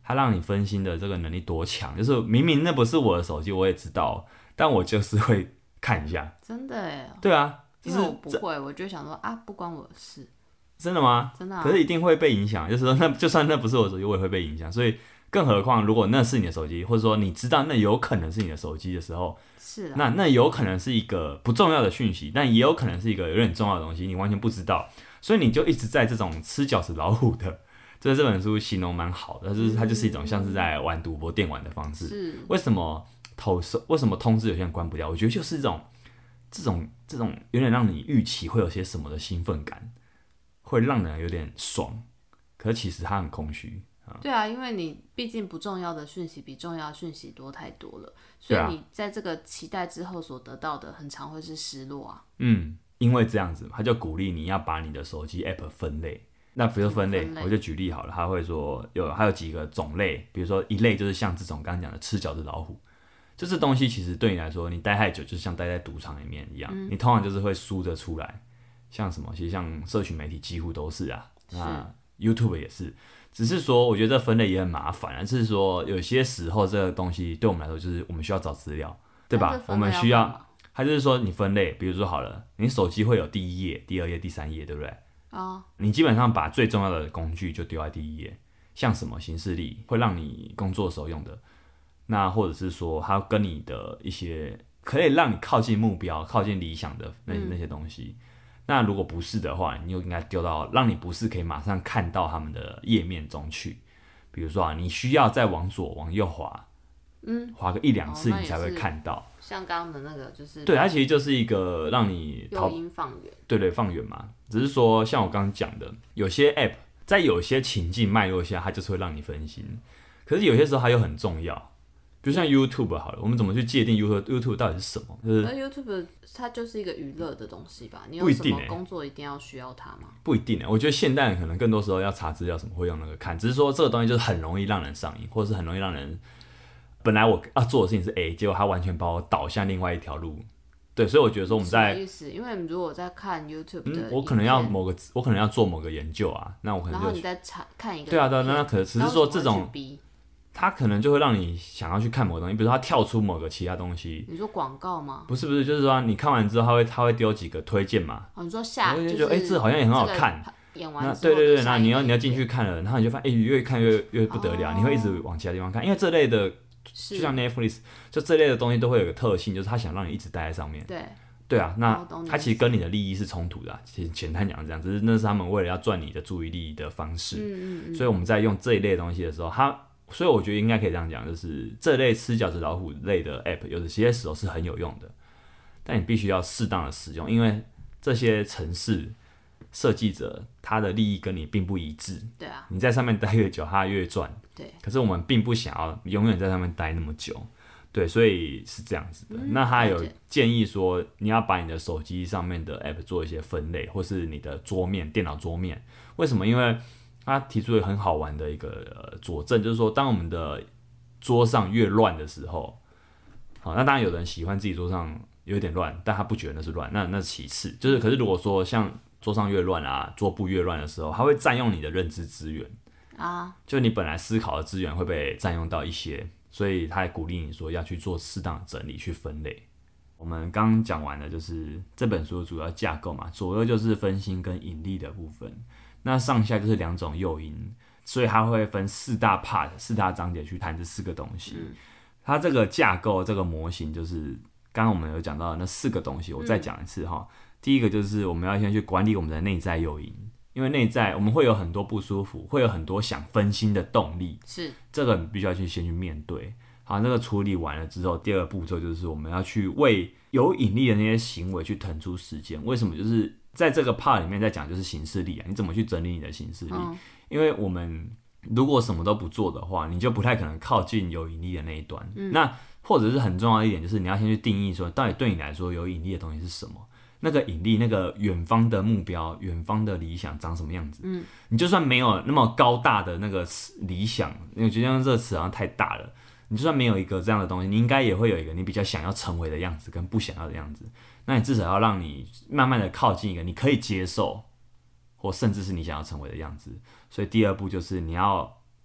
它让你分心的这个能力多强，就是明明那不是我的手机，我也知道，但我就是会看一下。 真的耶？ 对啊，就是我不会，我就想说啊，不关我的事。 真的吗？ 真的啊。 可是一定会被影响，就是说那就算那不是我的手机，我也会被影响。所以更何况如果那是你的手机，或者说你知道那有可能是你的手机的时候， 是那有可能是一个不重要的讯息，但也有可能是一个有点重要的东西，你完全不知道，所以你就一直在这种吃饺子老虎的。这本书形容蛮好的，它就是一种像是在玩赌博电玩的方式。为什么通知有些人关不掉？我觉得就是这种有点让你预期会有些什么的兴奋感，会让人有点爽，可是其实它很空虚。 对啊，因为你毕竟不重要的讯息比重要的讯息多太多了，所以你在这个期待之后所得到的，很常会是失落啊。 因为这样子，他就鼓励你要把你的手机 app 分类。那比如说分类，我就举例好了，他会说还有几个种类，比如说一类就是像这种刚刚讲的吃饺子老虎，就是东西其实对你来说，你待太久，就像待在赌场里面一样，你通常就是会输着出来。像什么，其实像社群媒体几乎都是啊，那 YouTube 也是，只是说我觉得这分类也很麻烦啊，就是说有些时候这个东西对我们来说，就是我们需要找资料，对吧？我们需要，它就是说你分类，比如说好了，你手机会有第一页、第二页、第三页，对不对？你基本上把最重要的工具就丢在第一页，像什么行事历会让你工作的时候用的，那或者是说它跟你的一些可以让你靠近目标、靠近理想的那些东西，那如果不是的话，你就应该丢到让你不是可以马上看到他们的页面中去。比如说你需要再往左往右滑，滑个1-2次你才会看到。 像刚刚的那个就是对，它其实就是一个让你诱因放远， 对，放远嘛。只是说像我刚刚讲的，有些 app 在有些情境脉络下，它就是会让你分心。可是有些时候它又很重要，比如像 YouTube 好了，我们怎么去界定 YouTube 到底是什么？ 而 YouTube 它就是一个娱乐的东西吧？你有什么工作一定要需要它吗？ 不一定我觉得现代人可能更多时候要查资料什么会用那个看，只是说这个东西就是很容易让人上瘾，或者是很容易让人。本来我要做的事情是 A， 结果他完全把我导向另外一条路。对，所以我觉得说我们在什么意思？因为如果在看 YouTube 的， 我可能要做某个研究啊，那我可能就然后你再看一个， 对啊，那可只是说这种，他可能就会让你想要去看某个东西，比如说他跳出某个其他东西。 你说广告吗？ 不是，就是说你看完之后他会丢几个推荐嘛。 你说就觉得这好像也很好看。 演完对，然后你要进去看了，然后你就发现越看越不得了，你会一直往其他地方看，因为这类的。就像 Netflix 就这类的东西都会有个特性，就是它想让你一直待在上面。对啊，那它其实跟你的利益是冲突的其实简单讲是这样，只是那是他们为了要赚你的注意力的方式。所以我们在用这一类的东西的时候，所以我觉得应该可以这样讲，就是这类吃饺子老虎类的 app 有些时候是很有用的，但你必须要适当的使用，因为这些程式设计者他的利益跟你并不一致。 对啊， 你在上面待越久，他越赚。 对， 可是我们并不想要永远在上面待那么久，对，所以是这样子的。那他有建议说，你要把你的手机上面的 app 做一些分类，或是你的电脑桌面。为什么？因为他提出了很好玩的一个佐证，就是说，当我们的桌上越乱的时候，好，那当然有人喜欢自己桌上有点乱，但他不觉得那是乱，那是其次。可是如果说像桌上越乱啊，桌布越乱的时候，它会占用你的认知资源。就你本来思考的资源会被占用到一些，所以他也鼓励你说要去做适当的整理，去分类。我们刚刚讲完的就是这本书的主要架构嘛，左右就是分心跟引力的部分，那上下就是2种诱因，所以它会分4大 part、4大章节去谈这4个东西。它这个架构、这个模型就是刚刚我们有讲到的那4个东西，我再讲一次哈。第一个就是我们要先去管理我们的内在诱因。因为内在我们会有很多不舒服，会有很多想分心的动力， 是这个你必须要先去面对。好，那个处理完了之后，第2个步骤就是我们要去为有引力的那些行为去腾出时间。为什么？就是在这个 part 里面在讲就是行事历啊，你怎么去整理你的行事历？因为我们如果什么都不做的话，你就不太可能靠近有引力的那一端。那或者是很重要的一点，就是你要先去定义说，到底对你来说有引力的东西是什么。那个引力，那个远方的目标，远方的理想长什么样子？你就算没有那么高大的那个理想，因为我觉得这个词好像太大了。你就算没有一个这样的东西，你应该也会有一个你比较想要成为的样子，跟不想要的样子。那你至少要让你慢慢的靠近一个你可以接受，或甚至是你想要成为的样子。所以第2步就是你要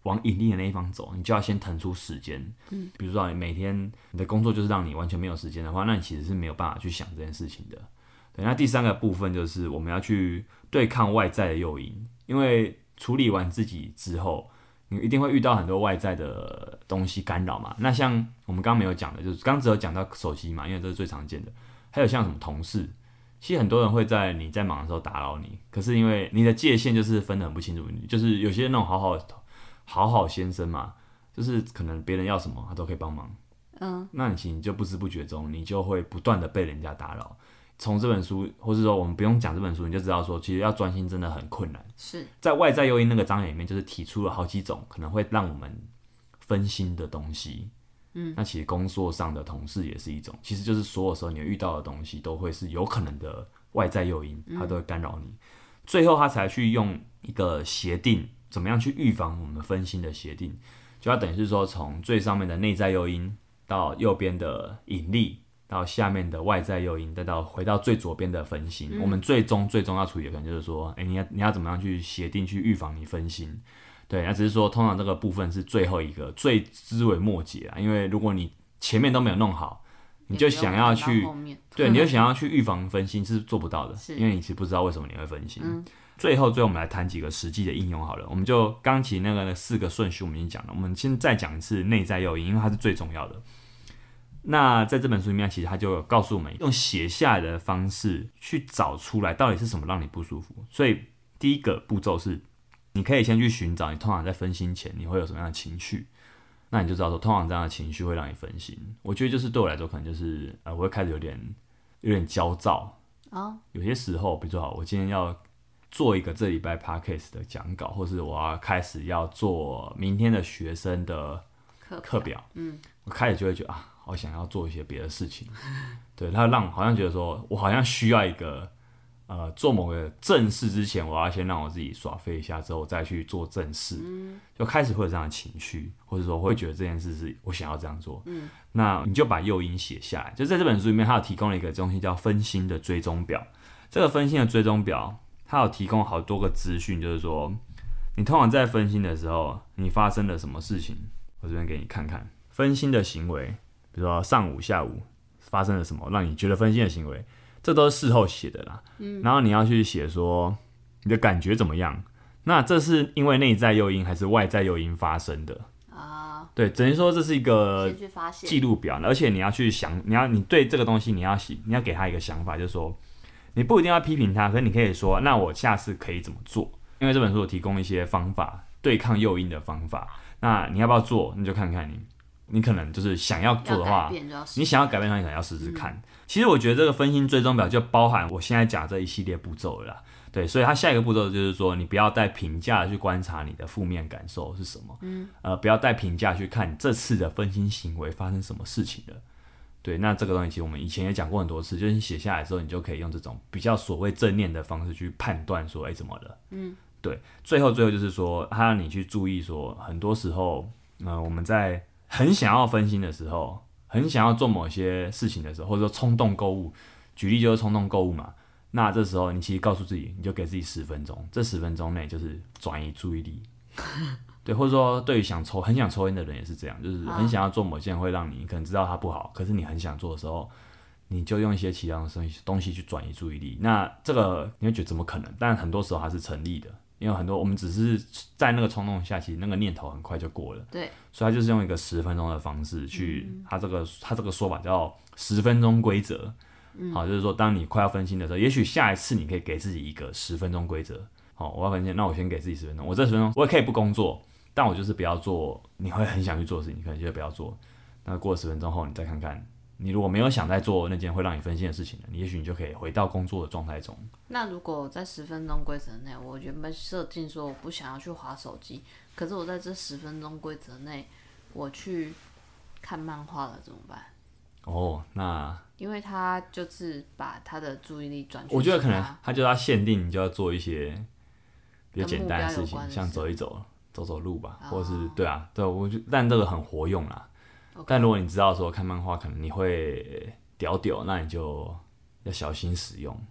往引力的那一方走，你就要先腾出时间。比如说你每天你的工作就是让你完全没有时间的话，那你其实是没有办法去想这件事情的。对，那第三个部分就是我们要去对抗外在的诱因，因为处理完自己之后，你一定会遇到很多外在的东西干扰嘛。那像我们刚刚没有讲的，就是刚只有讲到手机嘛，因为这是最常见的。还有像什么同事，其实很多人会在你在忙的时候打扰你，可是因为你的界限就是分得很不清楚，就是有些那种好好先生嘛，就是可能别人要什么他都可以帮忙，那你其实就不知不觉中你就会不断的被人家打扰。从这本书，或是说我们不用讲这本书，你就知道说，其实要专心真的很困难。 是在外在诱因那个章节里面，就是提出了好几种可能会让我们分心的东西。那其实工作上的同事也是一种，其实就是所有时候你遇到的东西都会是有可能的外在诱因，它都会干扰你。最后他才去用一个协定，怎么样去预防我们分心的协定，就要等于是说从最上面的内在诱因到右边的引力，到下面的外在诱因，再到回到最左边的分心。我们最终要处理的可能就是说，你要怎么样去协定去预防你分心。对，那只是说通常这个部分是最后一个最枝微末节啊，因为如果你前面都没有弄好，你就想要去对，你就想要去预防分心是做不到的，因为你其实不知道为什么你会分心。最后我们来谈几个实际的应用好了。我们就刚其实那个4个顺序我们已经讲了，我们先再讲一次内在诱因，因为它是最重要的。那在这本书里面，其实他就告诉我们用写下来的方式去找出来到底是什么让你不舒服。所以第一个步骤是，你可以先去寻找你通常在分心前你会有什么样的情绪，那你就知道说通常这样的情绪会让你分心。我觉得就是对我来说可能就是我会开始有点焦躁有些时候比如说我今天要做一个这礼拜 podcast 的讲稿，或是我要开始要做明天的学生的课表，我开始就会觉得好想要做一些别的事情。对，他好像觉得说我好像需要一个做某个正事之前，我要先让我自己耍废一下，之后再去做正事，就开始会有这样的情绪，或者说会觉得这件事是我想要这样做。那你就把诱因写下来。就在这本书里面，他有提供了一个东西叫分心的追踪表。这个分心的追踪表，他有提供好多个资讯，就是说你通常在分心的时候，你发生了什么事情，我这边给你看看分心的行为，比如说上午、下午发生了什么让你觉得分心的行为。这都是事后写的啦，然后你要去写说你的感觉怎么样，那这是因为内在诱因还是外在诱因发生的对，等于说这是一个记录表，而且你要去想，你对这个东西你要给他一个想法，就是说你不一定要批评他，可是你可以说那我下次可以怎么做，因为这本书有提供一些方法对抗诱因的方法，那你要不要做，那就看看你可能就是想要做的话，你想要改变的话，你可能要试试看。其实我觉得这个分心追踪表就包含我现在讲这一系列步骤了啦。对，所以它下一个步骤就是说，你不要带评价去观察你的负面感受是什么，不要带评价去看你这次的分心行为发生什么事情了。对，那这个东西其实我们以前也讲过很多次，就是你写下来之后，你就可以用这种比较所谓正念的方式去判断说，怎么了？对，最后就是说，他让你去注意说，很多时候，我们在很想要分心的时候，很想要做某些事情的时候，或者说冲动购物，举例就是冲动购物嘛。那这时候你其实告诉自己，你就给自己10分钟，这10分钟内就是转移注意力。对，或者说对于很想抽烟的人也是这样，就是很想要做某件会让你可能知道它不好，可是你很想做的时候，你就用一些其他的东西去转移注意力。那这个你会觉得怎么可能？但很多时候它是成立的。因为很多我们只是在那个冲动下，其实那个念头很快就过了。 对， 所以他就是用一个10分钟的方式去，他这个说法叫10分钟规则。好，就是说当你快要分心的时候，也许下一次你可以给自己一个10分钟规则。好，我要分心，那我先给自己10分钟。我这10分钟我也可以不工作，但我就是不要做你会很想去做的事情，你可能就不要做。那过了10分钟后，你再看看。你如果没有想再做那件会让你分心的事情，也许你就可以回到工作的状态中。 那如果在10分钟规则内，我原本设定说我不想要去滑手机，可是我在这10分钟规则内，我去看漫画了，怎么办？ 那因为他就是把他的注意力转去， 我觉得可能他就要限定，你就要做一些比较简单的事情，像走一走、走走路吧，或者是对，但这个很活用啦。但如果你知道说看漫画可能你会屌，那你就要小心使用。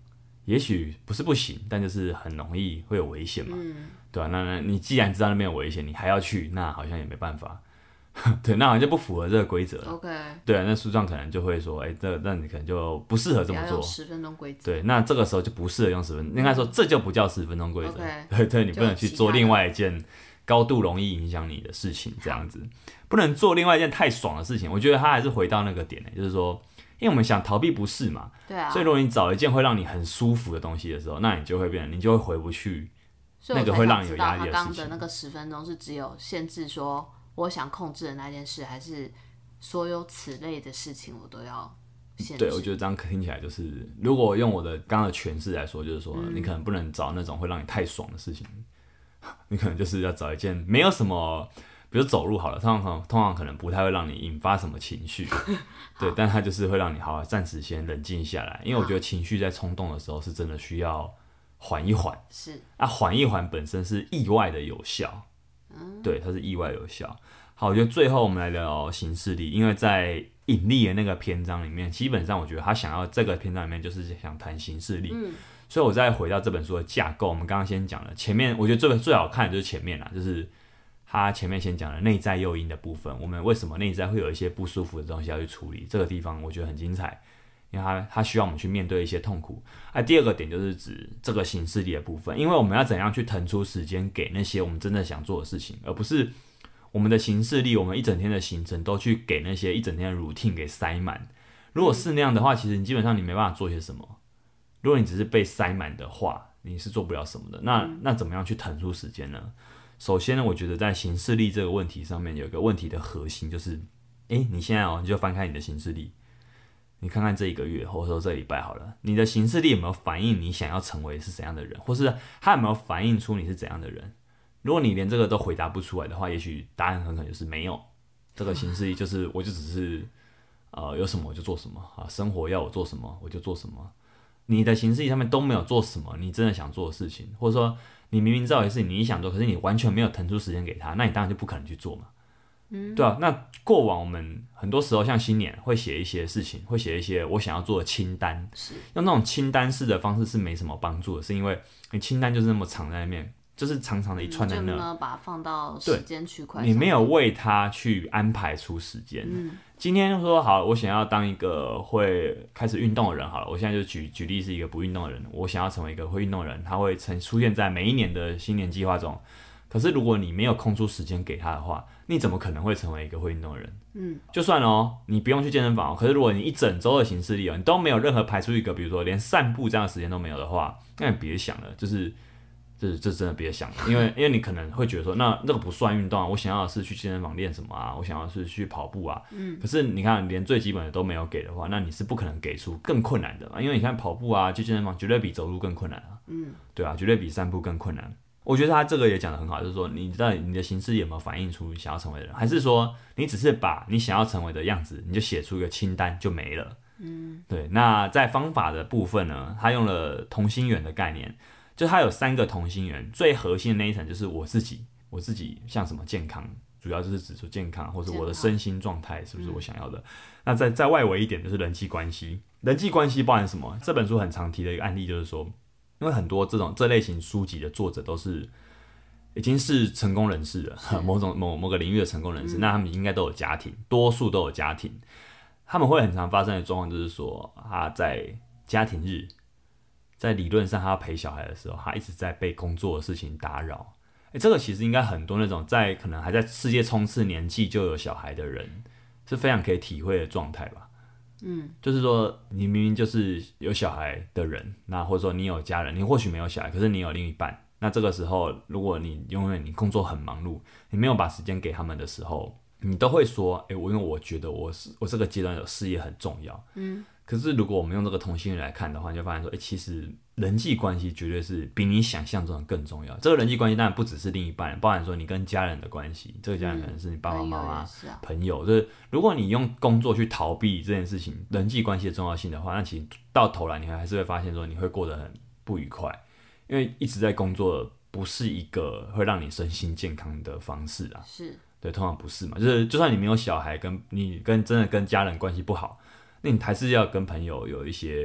也许不是不行，但就是很容易会有危险嘛，对吧？那你既然知道那边有危险，你还要去，那好像也没办法。对，那好像就不符合这个规则了。 OK， 对啊，那诉状可能就会说，那你可能就不适合这么做。 10分钟规则。 对，那这个时候就不适合用10分钟，应该说这就不叫10分钟规则。 Okay， 对，你不能去做另外一件高度容易影响你的事情，这样子不能做另外一件太爽的事情。我觉得他还是回到那个点，就是说，因为我们想逃避不适嘛， 对啊， 所以如果你找一件会让你很舒服的东西的时候，那你就会回不去那个会让你有压力的事情。 刚刚的那个10分钟是只有限制说我想控制的那件事，还是所有此类的事情我都要限制？ 对，我觉得这样听起来就是，如果用我的刚刚的诠释来说，就是说，你可能不能找那种会让你太爽的事情，你可能就是要找一件没有什么，比如走路好了，通常可能不太会让你引发什么情绪，对，但它就是会让你暂时先冷静下来，因为我觉得情绪在冲动的时候是真的需要缓一缓， 是啊，缓一缓本身是意外的有效。对，它是意外有效。好，我觉得最后我们来聊行事历，因为在引力的那个篇章里面，基本上我觉得他想要这个篇章里面就是想谈行事历，所以我再回到这本书的架构，我们刚刚先讲了前面，我觉得最好看的就是前面啦，就是他前面先讲了内在诱因的部分，我们为什么内在会有一些不舒服的东西要去处理，这个地方我觉得很精彩。因为他需要我们去面对一些痛苦。第二个点就是指这个行事历的部分，因为我们要怎样去腾出时间给那些我们真的想做的事情，而不是我们的行事历，我们一整天的行程都去给那些一整天的 routine 给塞满。如果是那样的话，其实你基本上你没办法做些什么。如果你只是被塞满的话，你是做不了什么的。那怎么样去腾出时间呢？首先呢，我觉得在行事历这个问题上面有一个问题的核心就是，你现在你就翻开你的行事历。你看看这一个月，或者说这礼拜好了，你的行事历有没有反映你想要成为是怎样的人，或是它有没有反映出你是怎样的人？如果你连这个都回答不出来的话，也许答案很可能就是没有。这个行事历就是我就只是有什么我就做什么啊，生活要我做什么我就做什么。你的行事历上面都没有做什么你真的想做的事情，或者说你明明知道一件事情你想做，可是你完全没有腾出时间给他，那你当然就不可能去做嘛。对啊，那过往我们很多时候像新年会写一些事情，会写一些我想要做的清单，用那种清单式的方式是没什么帮助的，是因为你清单就是那么长在那边，就是长长的一串在那， 就没有把它放到时间区块上， 你没有为它去安排出时间。今天说好，我想要当一个会开始运动的人好了，我现在就举例是一个不运动的人，我想要成为一个会运动的人，他会出现在每一年的新年计划中。可是如果你没有空出时间给他的话，你怎么可能会成为一个会运动的人？就算你不用去健身房，可是如果你一整周的行事历你都没有任何排出一个，比如说连散步这样的时间都没有的话，那你别想了，这真的别想了，因为你可能会觉得说，那个不算运动啊，我想要的是去健身房练什么啊，我想要的是去跑步啊。可是你看，连最基本的都没有给的话，那你是不可能给出更困难的嘛，因为你看跑步啊，去健身房绝对比走路更困难啊。对啊，绝对比散步更困难。我觉得他这个也讲得很好，就是说你在你的行事有没有反映出你想要成为的人，还是说你只是把你想要成为的样子，你就写出一个清单就没了。对。那在方法的部分呢，他用了同心圆的概念，就他有3个同心圆，最核心的那一层就是我自己像什么健康，主要就是指出健康，或是我的身心状态是不是我想要的。那在外围一点就是人际关系，人际关系包含什么？这本书很常提的一个案例就是说，因为很多这类型书籍的作者都是已经是成功人士了，某个领域的成功人士，那他们应该都有家庭，多数都有家庭。他们会很常发生的状况就是说，他在家庭日，在理论上他要陪小孩的时候，他一直在被工作的事情打扰。这个其实应该很多那种在可能还在世界冲刺年纪就有小孩的人，是非常可以体会的状态吧。就是说你明明就是有小孩的人，那或者说你有家人，你或许没有小孩，可是你有另一半，那这个时候如果你永远你工作很忙碌，你没有把时间给他们的时候，你都会说因为我觉得我这个阶段有事业很重要。可是如果我们用这个同心圆来看的话，你就发现说其实人际关系绝对是比你想象中的更重要。这个人际关系当然不只是另一半，包含说你跟家人的关系，这个家人可能是你爸爸妈妈、朋友。就是如果你用工作去逃避这件事情人际关系的重要性的话，那其实到头来你还是会发现说你会过得很不愉快，因为一直在工作不是一个会让你身心健康的方式啊。 是， 对，通常不是嘛。就算你没有小孩，你真的跟家人关系不好，那你还是要跟朋友有一些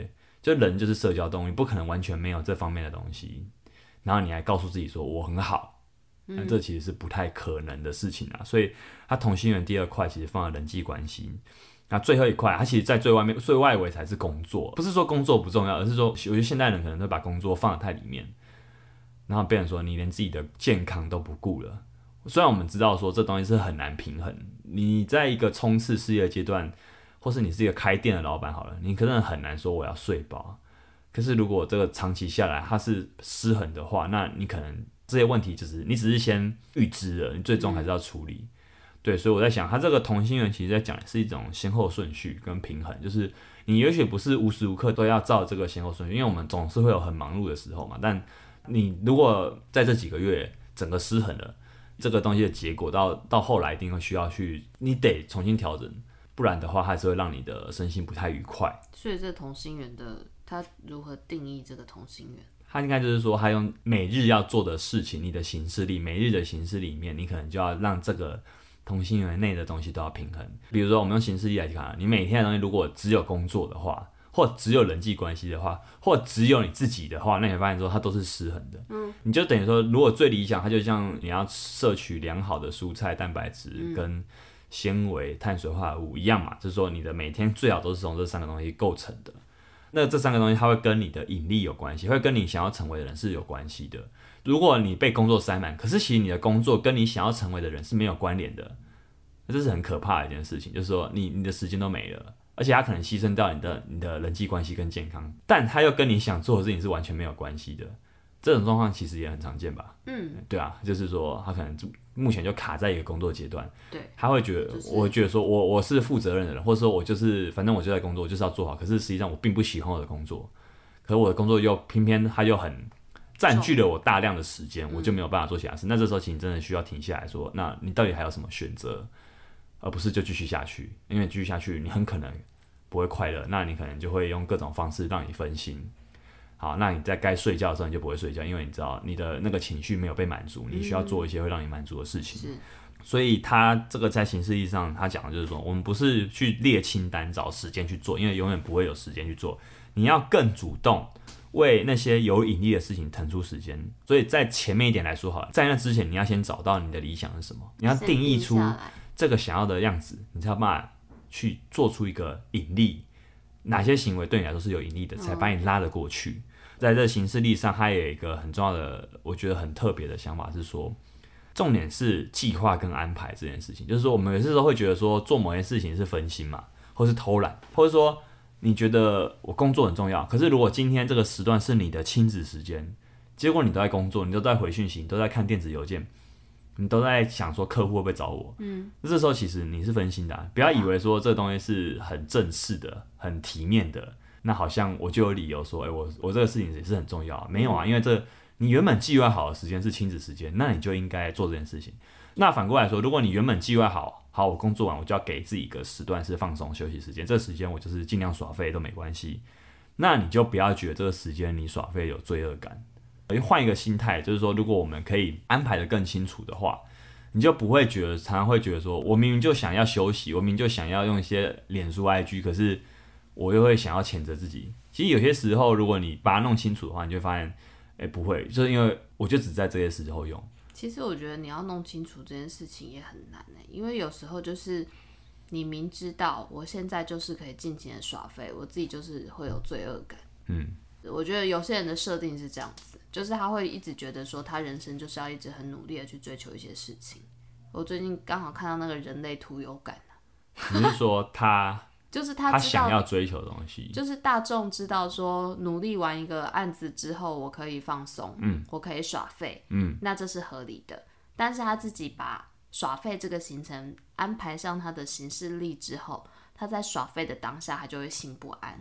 就人就是社交动物，你不可能完全没有这方面的东西，然后你还告诉自己说我很好，那这其实是不太可能的事情啊。所以他同心圆第二块其实放在人际关系，那最后一块他其实在最外围才是工作，不是说工作不重要，而是说有些现代人可能会把工作放得太里面，然后变成说你连自己的健康都不顾了。虽然我们知道说这东西是很难平衡，你在一个冲刺事业的阶段，或是你是一个开店的老板好了，你可能很难说我要睡饱。可是如果这个长期下来它是失衡的话，那你可能这些问题就是你只是先预知了，你最终还是要处理。对，所以我在想，它这个同心圆其实在讲的是一种先后顺序跟平衡，就是你也许不是无时无刻都要照这个先后顺序，因为我们总是会有很忙碌的时候嘛。但你如果在这几个月整个失衡了，这个东西的结果到后来一定会需要去，你得重新调整，不然的话还是会让你的身心不太愉快。 所以这同心圆的它如何定义这个同心圆？ 它应该就是说，它用每日要做的事情，你的行事历，每日的行事里面，你可能就要让这个同心圆内的东西都要平衡。比如说，我们用行事历来看，你每天的东西如果只有工作的话，或只有人际关系的话，或只有你自己的话，那你会发现说它都是失衡的。你就等于说，如果最理想，它就像你要摄取良好的蔬菜、蛋白质跟纤维、碳水化合物一样嘛，就是说你的每天最好都是从这三个东西构成的。那这三个东西它会跟你的引力有关系，会跟你想要成为的人是有关系的。如果你被工作塞满，可是其实你的工作跟你想要成为的人是没有关联的，这是很可怕的一件事情。就是说你的时间都没了，而且它可能牺牲掉你的人际关系跟健康，但它又跟你想做的事情是完全没有关系的。这种状况其实也很常见吧？对啊，就是说他可能目前就卡在一个工作阶段， 对， 他会觉得，我会觉得说我是负责任的人，或者说我就是反正我就在工作，我就是要做好。可是实际上我并不喜欢我的工作，可是我的工作又偏偏它又很占据了我大量的时间，我就没有办法做其他事。那这时候其实你真的需要停下来说，那你到底还有什么选择，而不是就继续下去？因为继续下去你很可能不会快乐，那你可能就会用各种方式让你分心。好，那你在该睡觉的时候你就不会睡觉，因为你知道你的那个情绪没有被满足，你需要做一些会让你满足的事情。所以他这个在行事历上他讲的就是说，我们不是去列清单找时间去做，因为永远不会有时间去做，你要更主动为那些有引力的事情腾出时间。所以在前面一点来说好了，在那之前你要先找到你的理想是什么，你要定义出这个想要的样子，你才有办法去做出一个引力，哪些行为对你来说是有引力的，才把你拉得过去。在这行事历上，它也有一个很重要的，我觉得很特别的想法是说，重点是计划跟安排这件事情。就是说，我们有些时候会觉得说，做某件事情是分心嘛，或是偷懒，或者说你觉得我工作很重要，可是如果今天这个时段是你的亲子时间，结果你都在工作，你都在回讯息，你都在看电子邮件，你都在想说客户会不会找我，这时候其实你是分心的不要以为说这个东西是很正式的、很体面的。那好像我就有理由说，我这个事情也是很重要没有啊，因为你原本计划好的时间是亲子时间，那你就应该做这件事情。那反过来说，如果你原本计划好我工作完我就要给自己一个时段是放松休息时间，这个时间我就是尽量耍废都没关系，那你就不要觉得这个时间你耍废有罪恶感。换一个心态，就是说，如果我们可以安排得更清楚的话，你就不会常常会觉得说，我明明就想要休息，我明明就想要用一些脸书 IG， 可是我又会想要谴责自己。其实有些时候，如果你把它弄清楚的话，你就会发现，不会，就是因为我就只在这些时候用。 其实我觉得你要弄清楚这件事情也很难因为有时候就是你明知道我现在就是可以尽情的耍废，我自己就是会有罪恶感。我觉得有些人的设定是这样子，就是他会一直觉得说他人生就是要一直很努力的去追求一些事情。我最近刚好看到那个人类图有感你是说他？ 就是他想要追求的东西， 就是大众知道说努力完一个案子之后，我可以放松，我可以耍废，那这是合理的。但是他自己把耍废这个行程安排上他的行事历之后，他在耍废的当下，他就会心不安。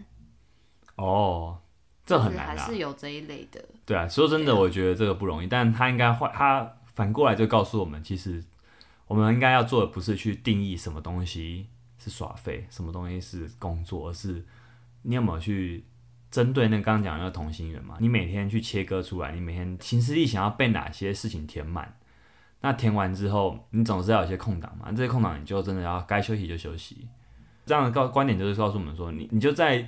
这很难还是有这一类的。 对啊，说真的，我觉得这个不容易，但他应该他反过来就告诉我们，其实我们应该要做的不是去定义什么东西是耍废，什么东西是工作，而是你有没有去针对那刚刚讲的那个同心圆嘛？你每天去切割出来，你每天行事历想要被哪些事情填满？那填完之后，你总是要有一些空档嘛？这些空档你就真的要该休息就休息。这样的观点就是告诉我们说，你就在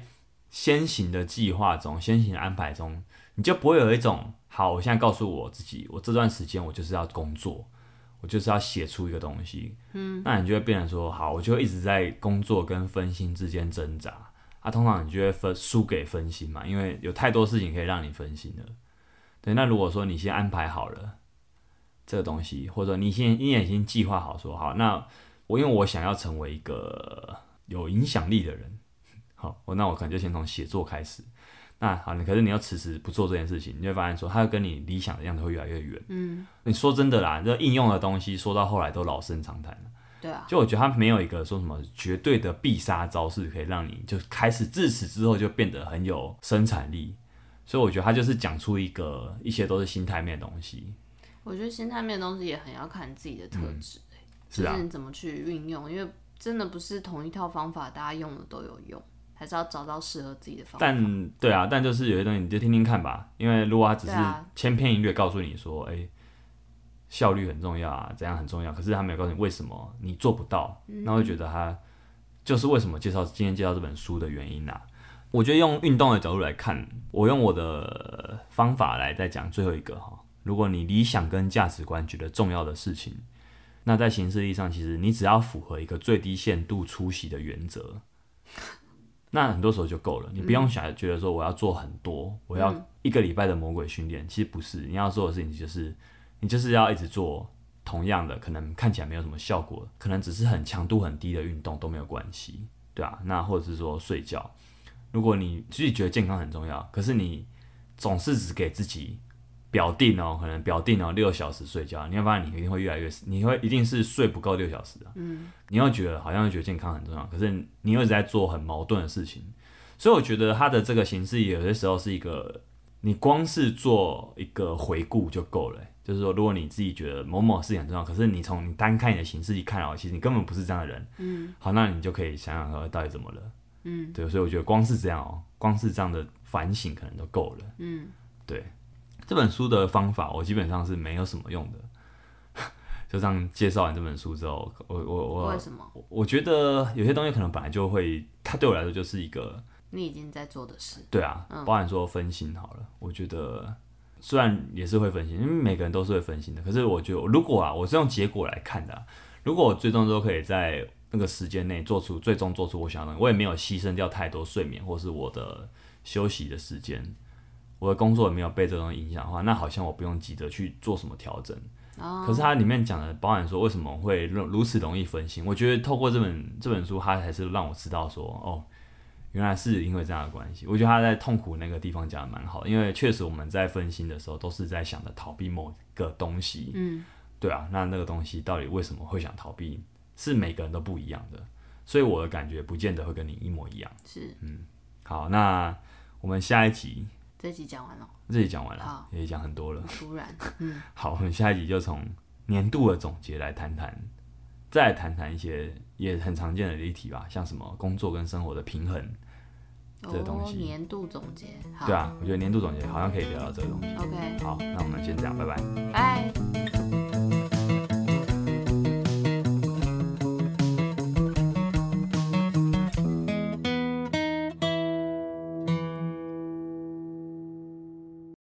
先行的计划中、先行的安排中，你就不会有一种好，我现在告诉我自己，我这段时间我就是要工作，我就是要写出一个东西。那你就会变成说，好，我就会一直在工作跟分心之间挣扎。通常你就会输给分心嘛，因为有太多事情可以让你分心了。对，那如果说你先安排好了这个东西，或者你也已经计划好说，好，那因为我想要成为一个有影响力的人，好，那我可能就先从写作开始。那好，可是你要迟迟不做这件事情，你就会发现说，它跟你理想的样子会越来越远。你说真的啦，这应用的东西说到后来都老生常谈了。 对啊， 就我觉得它没有一个说什么绝对的必杀招式，可以让你就开始自此之后就变得很有生产力。所以我觉得它就是讲出一些都是心态面的东西。 我觉得心态面的东西也很要看你自己的特质，就是你怎么去运用，因为真的不是同一套方法大家用的都有用，还是要找到适合自己的方法。 但就是有些东西你就听听看吧，因为如果它只是千篇一律告诉你说，效率很重要啊，怎样很重要，可是他没有告诉你为什么你做不到，那会觉得他就是为什么今天介绍这本书的原因啊。我觉得用运动的角度来看，我用我的方法来再讲最后一个哈。如果你理想跟价值观觉得重要的事情，那在行事历上，其实你只要符合一个最低限度出席的原则，那很多时候就够了。你不用想觉得说我要做很多，我要1个礼拜的魔鬼训练，其实不是。你要做的事情你就是要一直做同样的，可能看起来没有什么效果，可能只是很强度很低的运动都没有关系，对啊。那或者是说睡觉，如果你自己觉得健康很重要，可是你总是只给自己可能表定6小时睡觉，你会发现你一定会越来越，一定是睡不够6小时啊。你会觉得健康很重要，可是你又一直在做很矛盾的事情，所以我觉得它的这个形式有些时候是一个，你光是做一个回顾就够了。就是说，如果你自己觉得某某事情很重要，可是你单看你的形式一看其实你根本不是这样的人。好，那你就可以想想说到底怎么了。对，所以我觉得光是这样光是这样的反省可能都够了。对，这本书的方法我基本上是没有什么用的。就这样介绍完这本书之后，我为什么？ 我觉得有些东西可能本来就会，它对我来说就是一个你已经在做的事。 对啊，包含说分心好了，我觉得。虽然也是会分心，因为每个人都是会分心的。可是我觉得，如果我是用结果来看的如果我最终都可以在那个时间内最终做出我想要的，我也没有牺牲掉太多睡眠或是我的休息的时间，我的工作也没有被这种影响的话，那好像我不用急着去做什么调整。可是它里面讲的，包含说为什么会如此容易分心，我觉得透过这本书，它还是让我知道说，原来是因为这样的关系。我觉得他在痛苦那个地方讲的蛮好的，因为确实我们在分心的时候都是在想着逃避某个东西。对啊，那个东西到底为什么会想逃避，是每个人都不一样的，所以我的感觉不见得会跟你一模一样。 是， 好，那我们下一集， 这集讲完了， 也讲很多了， 突然， 好，我们下一集就从年度的总结来谈谈。再来谈谈一些也很常见的议题吧，像什么工作跟生活的平衡这个东西。 年度总结， 对啊，我觉得年度总结好像可以聊到这个东西。 OK， 好，那我们先这样，拜拜。 拜。